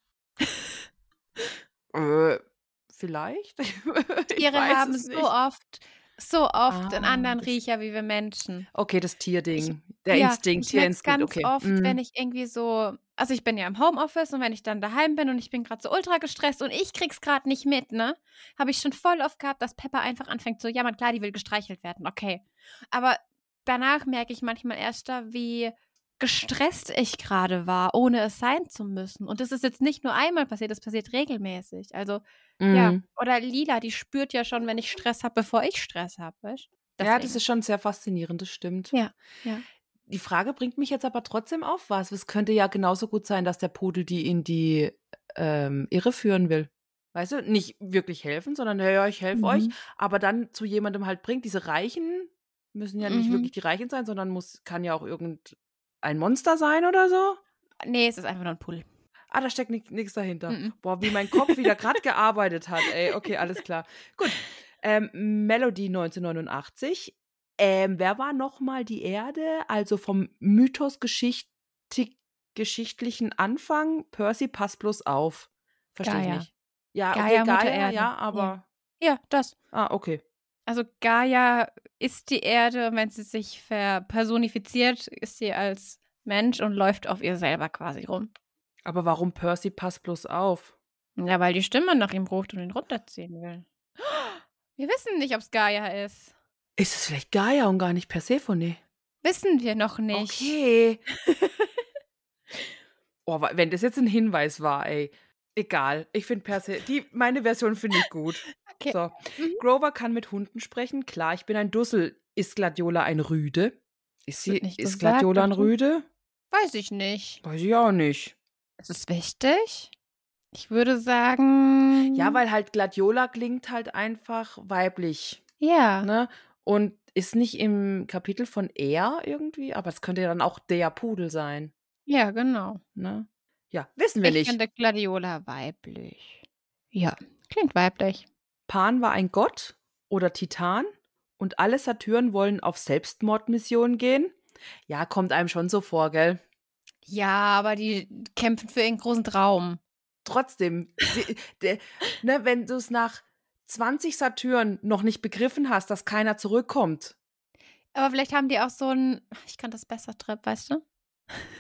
Vielleicht? Tiere haben so oft einen anderen Riecher wie wir Menschen. Okay, das Tierding. Tierinstinkt, Tierinstinkt, ganz okay. oft, wenn ich irgendwie so, also ich bin ja im Homeoffice und wenn ich dann daheim bin und ich bin gerade so ultra gestresst und ich krieg's gerade nicht mit, ne, habe ich schon voll oft gehabt, dass Pepper einfach anfängt zu jammern. Klar, die will gestreichelt werden, okay. Aber danach merke ich manchmal erst da, wie gestresst ich gerade war, ohne es sein zu müssen. Und das ist jetzt nicht nur einmal passiert, das passiert regelmäßig. Also, ja. Oder Lila, die spürt ja schon, wenn ich Stress habe, bevor ich Stress habe, weißt du? Ja, das ist schon sehr faszinierend, das stimmt. Ja. Die Frage bringt mich jetzt aber trotzdem auf was. Es könnte ja genauso gut sein, dass der Pudel die in die Irre führen will. Weißt du, nicht wirklich helfen, sondern ja, ich helfe euch, aber dann zu jemandem halt bringt. Diese Reichen müssen ja nicht wirklich die Reichen sein, sondern kann ja auch irgendein Monster sein oder so. Nee, es ist einfach nur ein Pudel. Da steckt nichts dahinter. Boah, wie mein Kopf wieder gerade gearbeitet hat, ey. Okay, alles klar. Gut. Melody 1989. Wer war nochmal die Erde? Also vom Mythos geschichtlichen Anfang. Percy, pass bloß auf. Verstehe ich nicht. Ja, okay, Gaia, ja, aber... Ja, das. Okay. Also Gaia ist die Erde und wenn sie sich verpersonifiziert, ist sie als Mensch und läuft auf ihr selber quasi rum. Aber warum Percy, pass bloß auf? Ja, weil die Stimme nach ihm ruft und ihn runterziehen will. Wir wissen nicht, ob es Gaia ist. Ist es vielleicht Gaia und gar nicht Persephone? Wissen wir noch nicht. Okay. Wenn das jetzt ein Hinweis war, ey. Egal. Ich finde meine Version finde ich gut. Okay. So. Grover kann mit Hunden sprechen. Klar, ich bin ein Dussel. Ist Gladiola ein Rüde? Ist Gladiola ein Rüde? Weiß ich nicht. Weiß ich auch nicht. Ist es wichtig? Ich würde sagen... Ja, weil halt Gladiola klingt halt einfach weiblich. Ja. Ne? Und ist nicht im Kapitel von er irgendwie, aber es könnte ja dann auch der Pudel sein. Ja, genau. Ne? Ja, wissen wir nicht. Ich finde Gladiola weiblich. Ja, klingt weiblich. Pan war ein Gott oder Titan und alle Satyren wollen auf Selbstmordmissionen gehen. Ja, kommt einem schon so vor, gell? Ja, aber die kämpfen für ihren großen Traum. Trotzdem, wenn du es nach 20 Satyren noch nicht begriffen hast, dass keiner zurückkommt. Aber vielleicht haben die auch so ein, ich kann das besser, Trip, weißt du?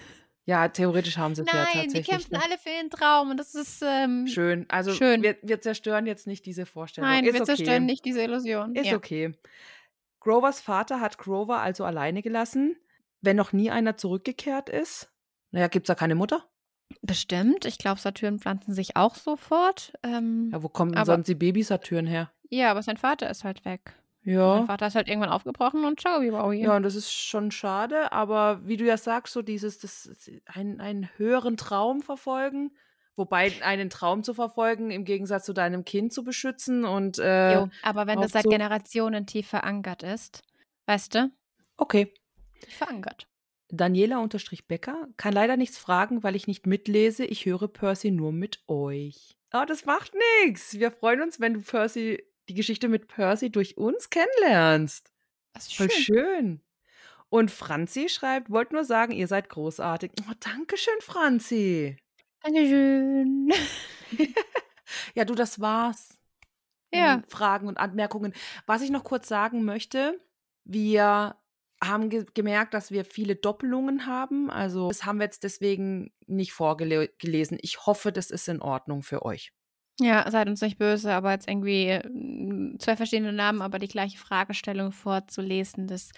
Ja, theoretisch haben sie es ja Nein, tatsächlich. die kämpfen Ne? alle für ihren Traum und das ist Schön. Also schön. wir zerstören jetzt nicht diese Vorstellung. Nein, Ist wir zerstören okay. nicht diese Illusion. Ist Ja. okay. Grovers Vater hat Grover also alleine gelassen, wenn noch nie einer zurückgekehrt ist. Naja, gibt's da keine Mutter? Bestimmt. Ich glaube, Saturn pflanzen sich auch sofort. Ja, wo kommt denn aber sonst die Baby-Saturn her? ja, aber sein Vater ist halt weg. Sein Ja. Vater ist halt irgendwann aufgebrochen und ciao, wie Wowie. Ja, und das ist schon schade, aber wie du ja sagst, so einen höheren Traum verfolgen, wobei einen Traum zu verfolgen, im Gegensatz zu deinem Kind zu beschützen und Jo, aber wenn das seit aufzu- Generationen tief verankert ist, weißt du, Okay. tief verankert. Daniela-Becker kann leider nichts fragen, weil ich nicht mitlese. Ich höre Percy nur mit euch. Aber das macht nichts. Wir freuen uns, wenn du die Geschichte mit Percy durch uns kennenlernst. Das ist Voll schön. schön. Und Franzi schreibt, wollt nur sagen, ihr seid großartig. Oh, Dankeschön, Franzi. Dankeschön. Ja, du, das war's. Ja. Fragen und Anmerkungen. Was ich noch kurz sagen möchte, wir haben gemerkt, dass wir viele Doppelungen haben. Also das haben wir jetzt deswegen nicht vorgelesen. Ich hoffe, das ist in Ordnung für euch. Ja, seid uns nicht böse, aber jetzt irgendwie 2 verschiedene Namen, aber die gleiche Fragestellung vorzulesen, das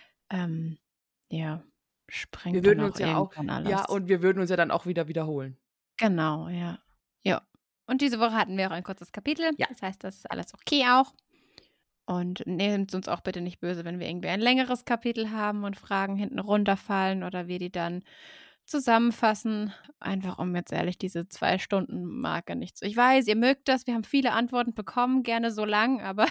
ja, sprengt Wir dann würden auch uns ja auch, irgendwann alles. ja, und wir würden uns ja dann auch wieder wiederholen. Genau, ja. Ja. Und diese Woche hatten wir auch ein kurzes Kapitel. Ja. Das heißt, das ist alles okay auch. Und nehmt uns auch bitte nicht böse, wenn wir irgendwie ein längeres Kapitel haben und Fragen hinten runterfallen oder wir die dann zusammenfassen. Einfach um jetzt ehrlich diese 2-Stunden-Marke nicht zu. Ich weiß, ihr mögt das, wir haben viele Antworten bekommen, gerne so lang, aber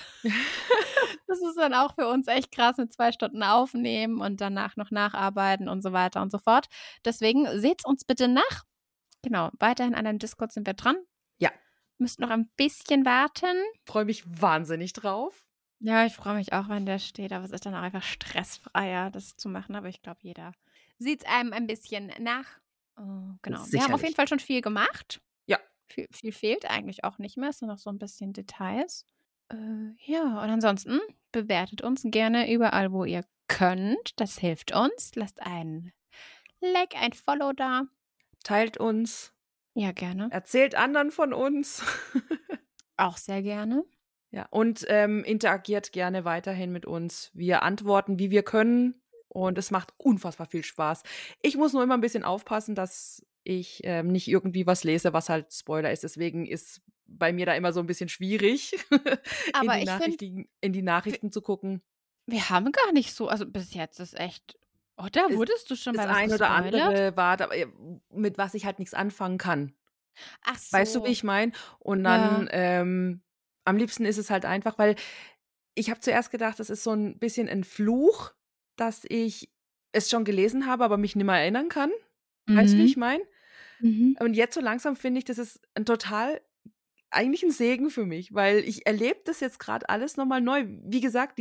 das ist dann auch für uns echt krass mit 2 Stunden aufnehmen und danach noch nacharbeiten und so weiter und so fort. Deswegen seht's uns bitte nach. Genau, weiterhin an einem Discord sind wir dran. Ja. Müsst noch ein bisschen warten. Freue mich wahnsinnig drauf. Ja, ich freue mich auch, wenn der steht, aber es ist dann auch einfach stressfreier, das zu machen. Aber ich glaube, jeder sieht es einem ein bisschen nach. Oh, genau. Wir haben auf Sicherlich. jeden Fall schon viel gemacht. Ja. Viel fehlt eigentlich auch nicht mehr. Es sind noch so ein bisschen Details. Ja, und ansonsten bewertet uns gerne überall, wo ihr könnt. Das hilft uns. Lasst ein Like, ein Follow da. Teilt uns, Ja, gerne. erzählt anderen von uns. Auch sehr gerne. Ja, und interagiert gerne weiterhin mit uns. Wir antworten, wie wir können. Und es macht unfassbar viel Spaß. Ich muss nur immer ein bisschen aufpassen, dass ich nicht irgendwie was lese, was halt Spoiler ist. Deswegen ist bei mir da immer so ein bisschen schwierig, Aber ich find, in die Nachrichten zu gucken. wir haben gar nicht so, also bis jetzt ist echt, oder? Wurdest du schon Das bei was ein oder gespoilert? andere war, mit was ich halt nichts anfangen kann. Ach so. Weißt du, wie ich meine? Und dann am liebsten ist es halt einfach, weil ich habe zuerst gedacht, das ist so ein bisschen ein Fluch, dass ich es schon gelesen habe, aber mich nicht mehr erinnern kann. Weißt du, wie ich meine? Mhm. Und jetzt so langsam finde ich, das ist eigentlich ein Segen für mich, weil ich erlebe das jetzt gerade alles nochmal neu. Wie gesagt,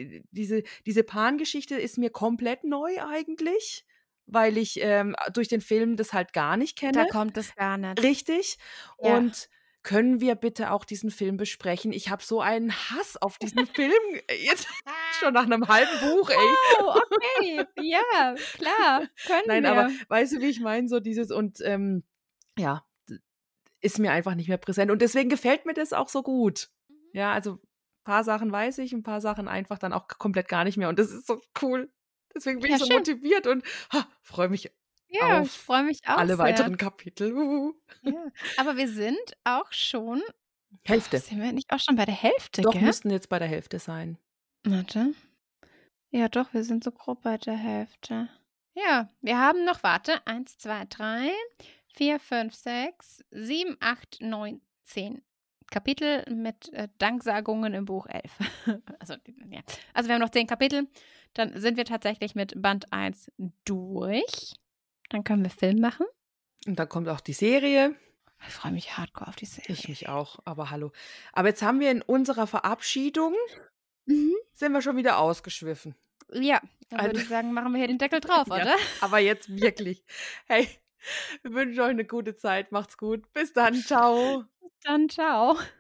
diese Pan-Geschichte ist mir komplett neu eigentlich, weil ich durch den Film das halt gar nicht kenne. Da kommt es gar nicht. Richtig. Ja. Und können wir bitte auch diesen Film besprechen? Ich habe so einen Hass auf diesen Film. Jetzt schon nach einem halben Buch, ey. Oh, okay. Ja, klar. Können Nein, wir. aber weißt du, wie ich meine? So dieses und ja, ist mir einfach nicht mehr präsent. Und deswegen gefällt mir das auch so gut. Ja, also ein paar Sachen weiß ich, ein paar Sachen einfach dann auch komplett gar nicht mehr. Und das ist so cool. Deswegen bin Ja, ich so schön. motiviert und freue mich Ja, auf ich freue mich auch alle sehr. weiteren Kapitel. Ja. Aber wir sind auch schon, Hälfte. sind wir nicht auch schon bei der Hälfte, Doch, gell? müssten jetzt bei der Hälfte sein. Warte. Ja, doch, wir sind so grob bei der Hälfte. Ja, wir haben noch, warte, 1, 2, 3, 4, 5, 6, 7, 8, 9, 10 Kapitel mit Danksagungen im Buch 11. Also wir haben noch 10 Kapitel. Dann sind wir tatsächlich mit Band 1 durch. Dann können wir Film machen. Und dann kommt auch die Serie. Ich freue mich hardcore auf die Serie. Ich mich auch, aber hallo. Aber jetzt haben wir in unserer Verabschiedung, sind wir schon wieder ausgeschwiffen. Ja, dann würde ich sagen, machen wir hier den Deckel drauf, Ja, oder? aber jetzt wirklich. Hey, wir wünschen euch eine gute Zeit. Macht's gut. Bis dann. Ciao. Dann ciao.